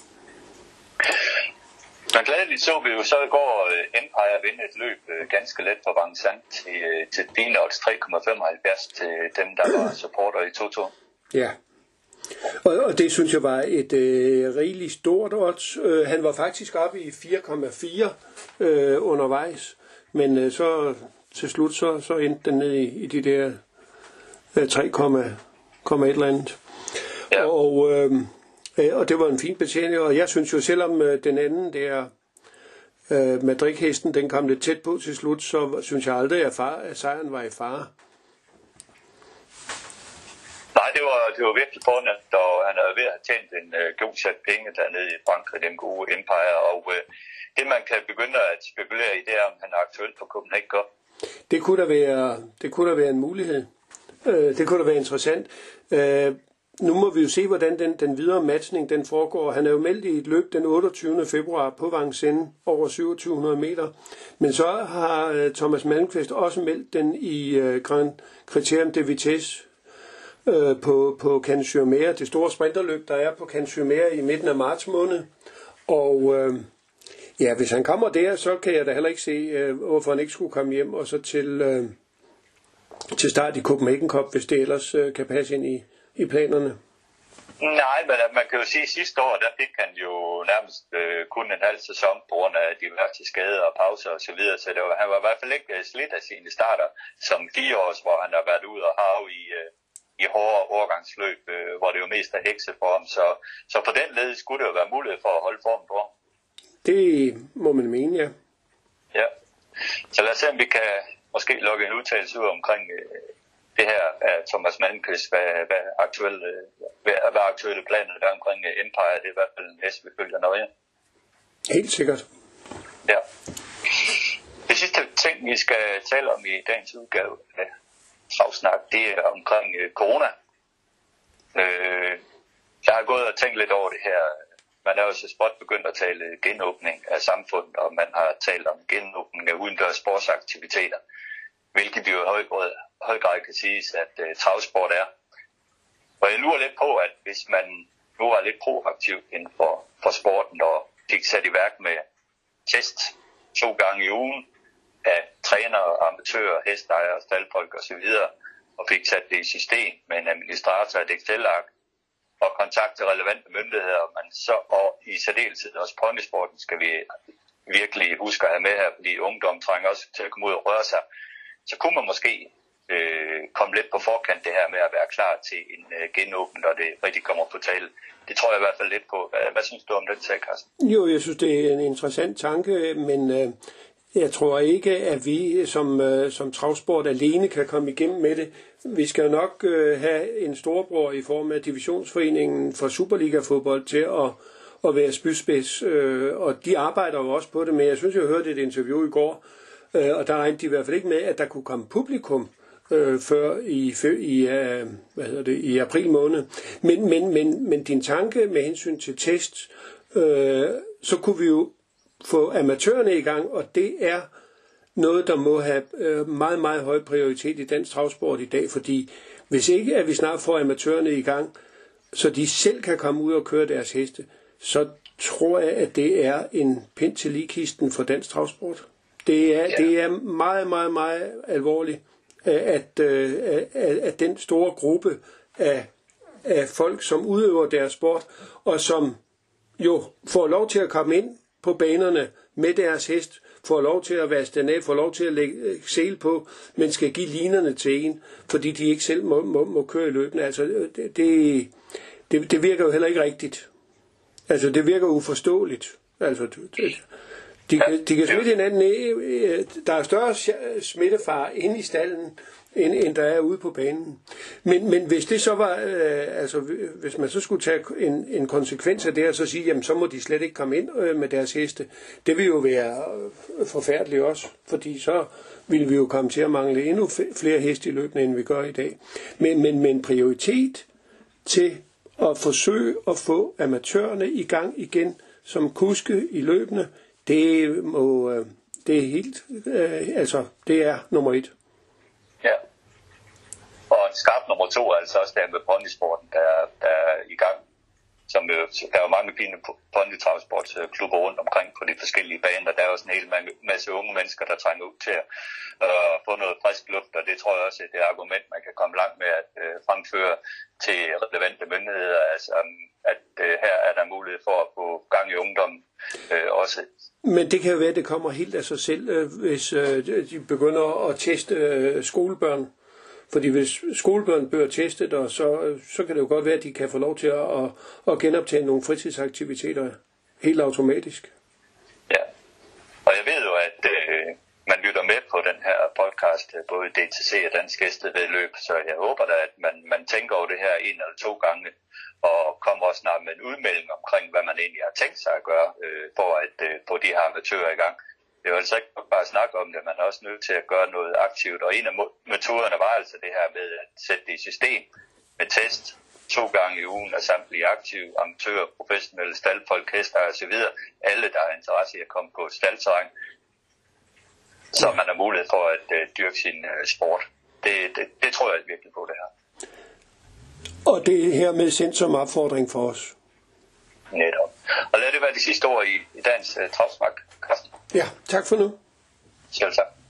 Men glædeligt så vi jo så i går uh, Empire vinde et løb uh, ganske let på Vincennes til, uh, til Dinox tre komma femoghalvfjerds til dem, der var supporter i Toto. Ja, og, og det synes jeg var et øh, rigeligt stort odds. Øh, han var faktisk oppe i fire komma fire øh, undervejs, men øh, så til slut så, så endte den ned i, i de der øh, tre komma et eller andet. Ja. Og, øh, og det var en fin betjening, og jeg synes jo, selvom øh, den anden der øh, Madrid-hesten, den kom lidt tæt på til slut, så synes jeg aldrig, at, far, at sejren var i fare. Nej, det var, det var virkelig fornemt, og han er ved at have tjent en øh, god sæt penge dernede i Frankrig, den gode Empire, og øh, det man kan begynde at spekulere i, det er, om han er aktuel for Copenhagen. Det kunne da være, det kunne da være en mulighed. Øh, det kunne da være interessant. Øh, nu må vi jo se, hvordan den, den videre matchning den foregår. Han er jo meldt i et løb den otteogtyvende februar på Vincennes over syvogtyve hundrede meter. Men så har øh, Thomas Malmqvist også meldt den i øh, Grand Criterium de Vitesse øh, på, på Cannes-sur-Mer, det store sprinterløb, der er på Cannes-sur-Mer i midten af marts måned. Og øh, ja, hvis han kommer der, så kan jeg da heller ikke se, øh, hvorfor han ikke skulle komme hjem og så til, øh, til start i Copenhagen Cup, hvis det ellers øh, kan passe ind i, i planerne. Nej, men man kan jo sige, at sidste år, der fik han jo nærmest øh, kun en halv sæson på grund af diverse skader og pauser og så videre, så det var, han var i hvert fald ikke slidt af sine starter som fire års, hvor han har været ude og have i, øh, i hårde overgangsløb, øh, hvor det jo mest er hekse for ham, så, så på den led skulle det jo være mulighed for at holde formen på ham. Det må man mene, ja. Ja, så lad os se, om vi kan måske lukke en udtalelse ud omkring øh, det her af Thomas Malmqvist, hvad, hvad, aktuelle, hvad, hvad aktuelle planer der omkring Empire, det er i hvert fald næste, vi følger nøje. Helt sikkert. Ja. Det sidste ting, vi skal tale om i dagens udgave af Travsnak, det er omkring øh, corona. Øh, jeg har gået og tænkt lidt over det her. Man er jo så småt begyndt at tale genåbning af samfundet, og man har talt om genåbning af udendørs sportsaktiviteter, hvilket jo i høj grad, høj grad kan siges, at uh, travsport er. Og jeg lurer lidt på, at hvis man nu er lidt proaktiv inden for, for sporten og fik sat i værk med test to gange i ugen af trænere, amatører, hestejere, staldfolk osv., og fik sat det i system med en administrator af et Excel-ark, og kontakt til relevante myndigheder, men så, og i særdeleshed også ponysporten skal vi virkelig huske at have med her, fordi ungdom trænger også til at komme ud og røre sig. Så kunne man måske øh, komme lidt på forkant det her med at være klar til en øh, genåbning, og det rigtig kommer på tale. Det tror jeg i hvert fald lidt på. Hvad, hvad synes du om den sag, Carsten? Jo, jeg synes, det er en interessant tanke, men øh, jeg tror ikke, at vi som, øh, som travsport alene kan komme igennem med det. Vi skal nok øh, have en storbror i form af Divisionsforeningen for Superliga-fodbold til at, at være spydspids, øh, og de arbejder jo også på det, men jeg synes, jeg hørte et interview i går, øh, og der regnede de i hvert fald ikke med, at der kunne komme publikum øh, før i, i, øh, hvad hedder det, i april måned. Men, men, men, men din tanke med hensyn til test, øh, så kunne vi jo få amatørerne i gang, og det er noget, der må have øh, meget, meget høj prioritet i dansk travsport i dag, fordi hvis ikke, at vi snart får amatørerne i gang, så de selv kan komme ud og køre deres heste, så tror jeg, at det er en pind til ligkisten for dansk travsport. Det er, ja. det er meget, meget, meget alvorligt, at, at, at den store gruppe af, af folk, som udøver deres sport, og som jo får lov til at komme ind på banerne med deres hest, får lov til at vaske den af, får lov til at lægge sel på, men skal give linerne til en, fordi de ikke selv må, må, må køre i løbende. Altså, det, det, det virker jo heller ikke rigtigt. Altså, det virker uforståeligt. Altså, det, de, kan, de kan smitte hinanden. Der er større smittefar inde i stallen, end, end der er ude på banen. Men, men hvis det så var, øh, altså hvis man så skulle tage en, en konsekvens af det, og så sige, jamen så må de slet ikke komme ind øh, med deres heste, det vil jo være forfærdeligt også, fordi så ville vi jo komme til at mangle endnu flere heste i løbende, end vi gør i dag. Men, men med en prioritet til at forsøge at få amatørerne i gang igen som kuske i løbende, det må, øh, det er helt, øh, altså det er nummer et. Ja. Og en skarp nummer to er altså også der med ponysporten, der, der er i gang. Som jo, der er jo mange fine ponytravsportsklubber rundt omkring på de forskellige baner. Der er også en hel masse unge mennesker, der trænger ud til at uh, få noget frisk luft, og det tror jeg også er et argument, man kan komme langt med at uh, fremføre til relevante myndigheder. Altså, at uh, her er der mulighed for at få gang i ungdommen uh, også. Men det kan jo være, at det kommer helt af sig selv, hvis uh, de begynder at teste uh, skolebørn. Fordi hvis skolebørn bliver testet, og så, så kan det jo godt være, at de kan få lov til at, at, at genoptage nogle fritidsaktiviteter helt automatisk. Ja, og jeg ved jo, at øh, man lytter med på den her podcast, både D T C og Dansk Hestevæddeløb, så jeg håber da, at man, man tænker over det her en eller to gange, og kommer også snart med en udmelding omkring, hvad man egentlig har tænkt sig at gøre, øh, for at øh, få de her amatører i gang. Det er jo altså ikke bare at snakke om det, man er også nødt til at gøre noget aktivt. Og en af metoderne var altså det her med at sætte det i system med test to gange i ugen af samtlige aktive, amatører, professionelle, staldfolk, hester og så videre. Alle, der har interesse i at komme på staldterræn, så man har mulighed for at uh, dyrke sin uh, sport. Det, det, det tror jeg virkelig på, det her. Og det er hermed sendt som opfordring for os. Netop. Og lad det være de sidste ord i, i dagens uh, travsnak, Carsten. Ja, tak for nu. Selv tak.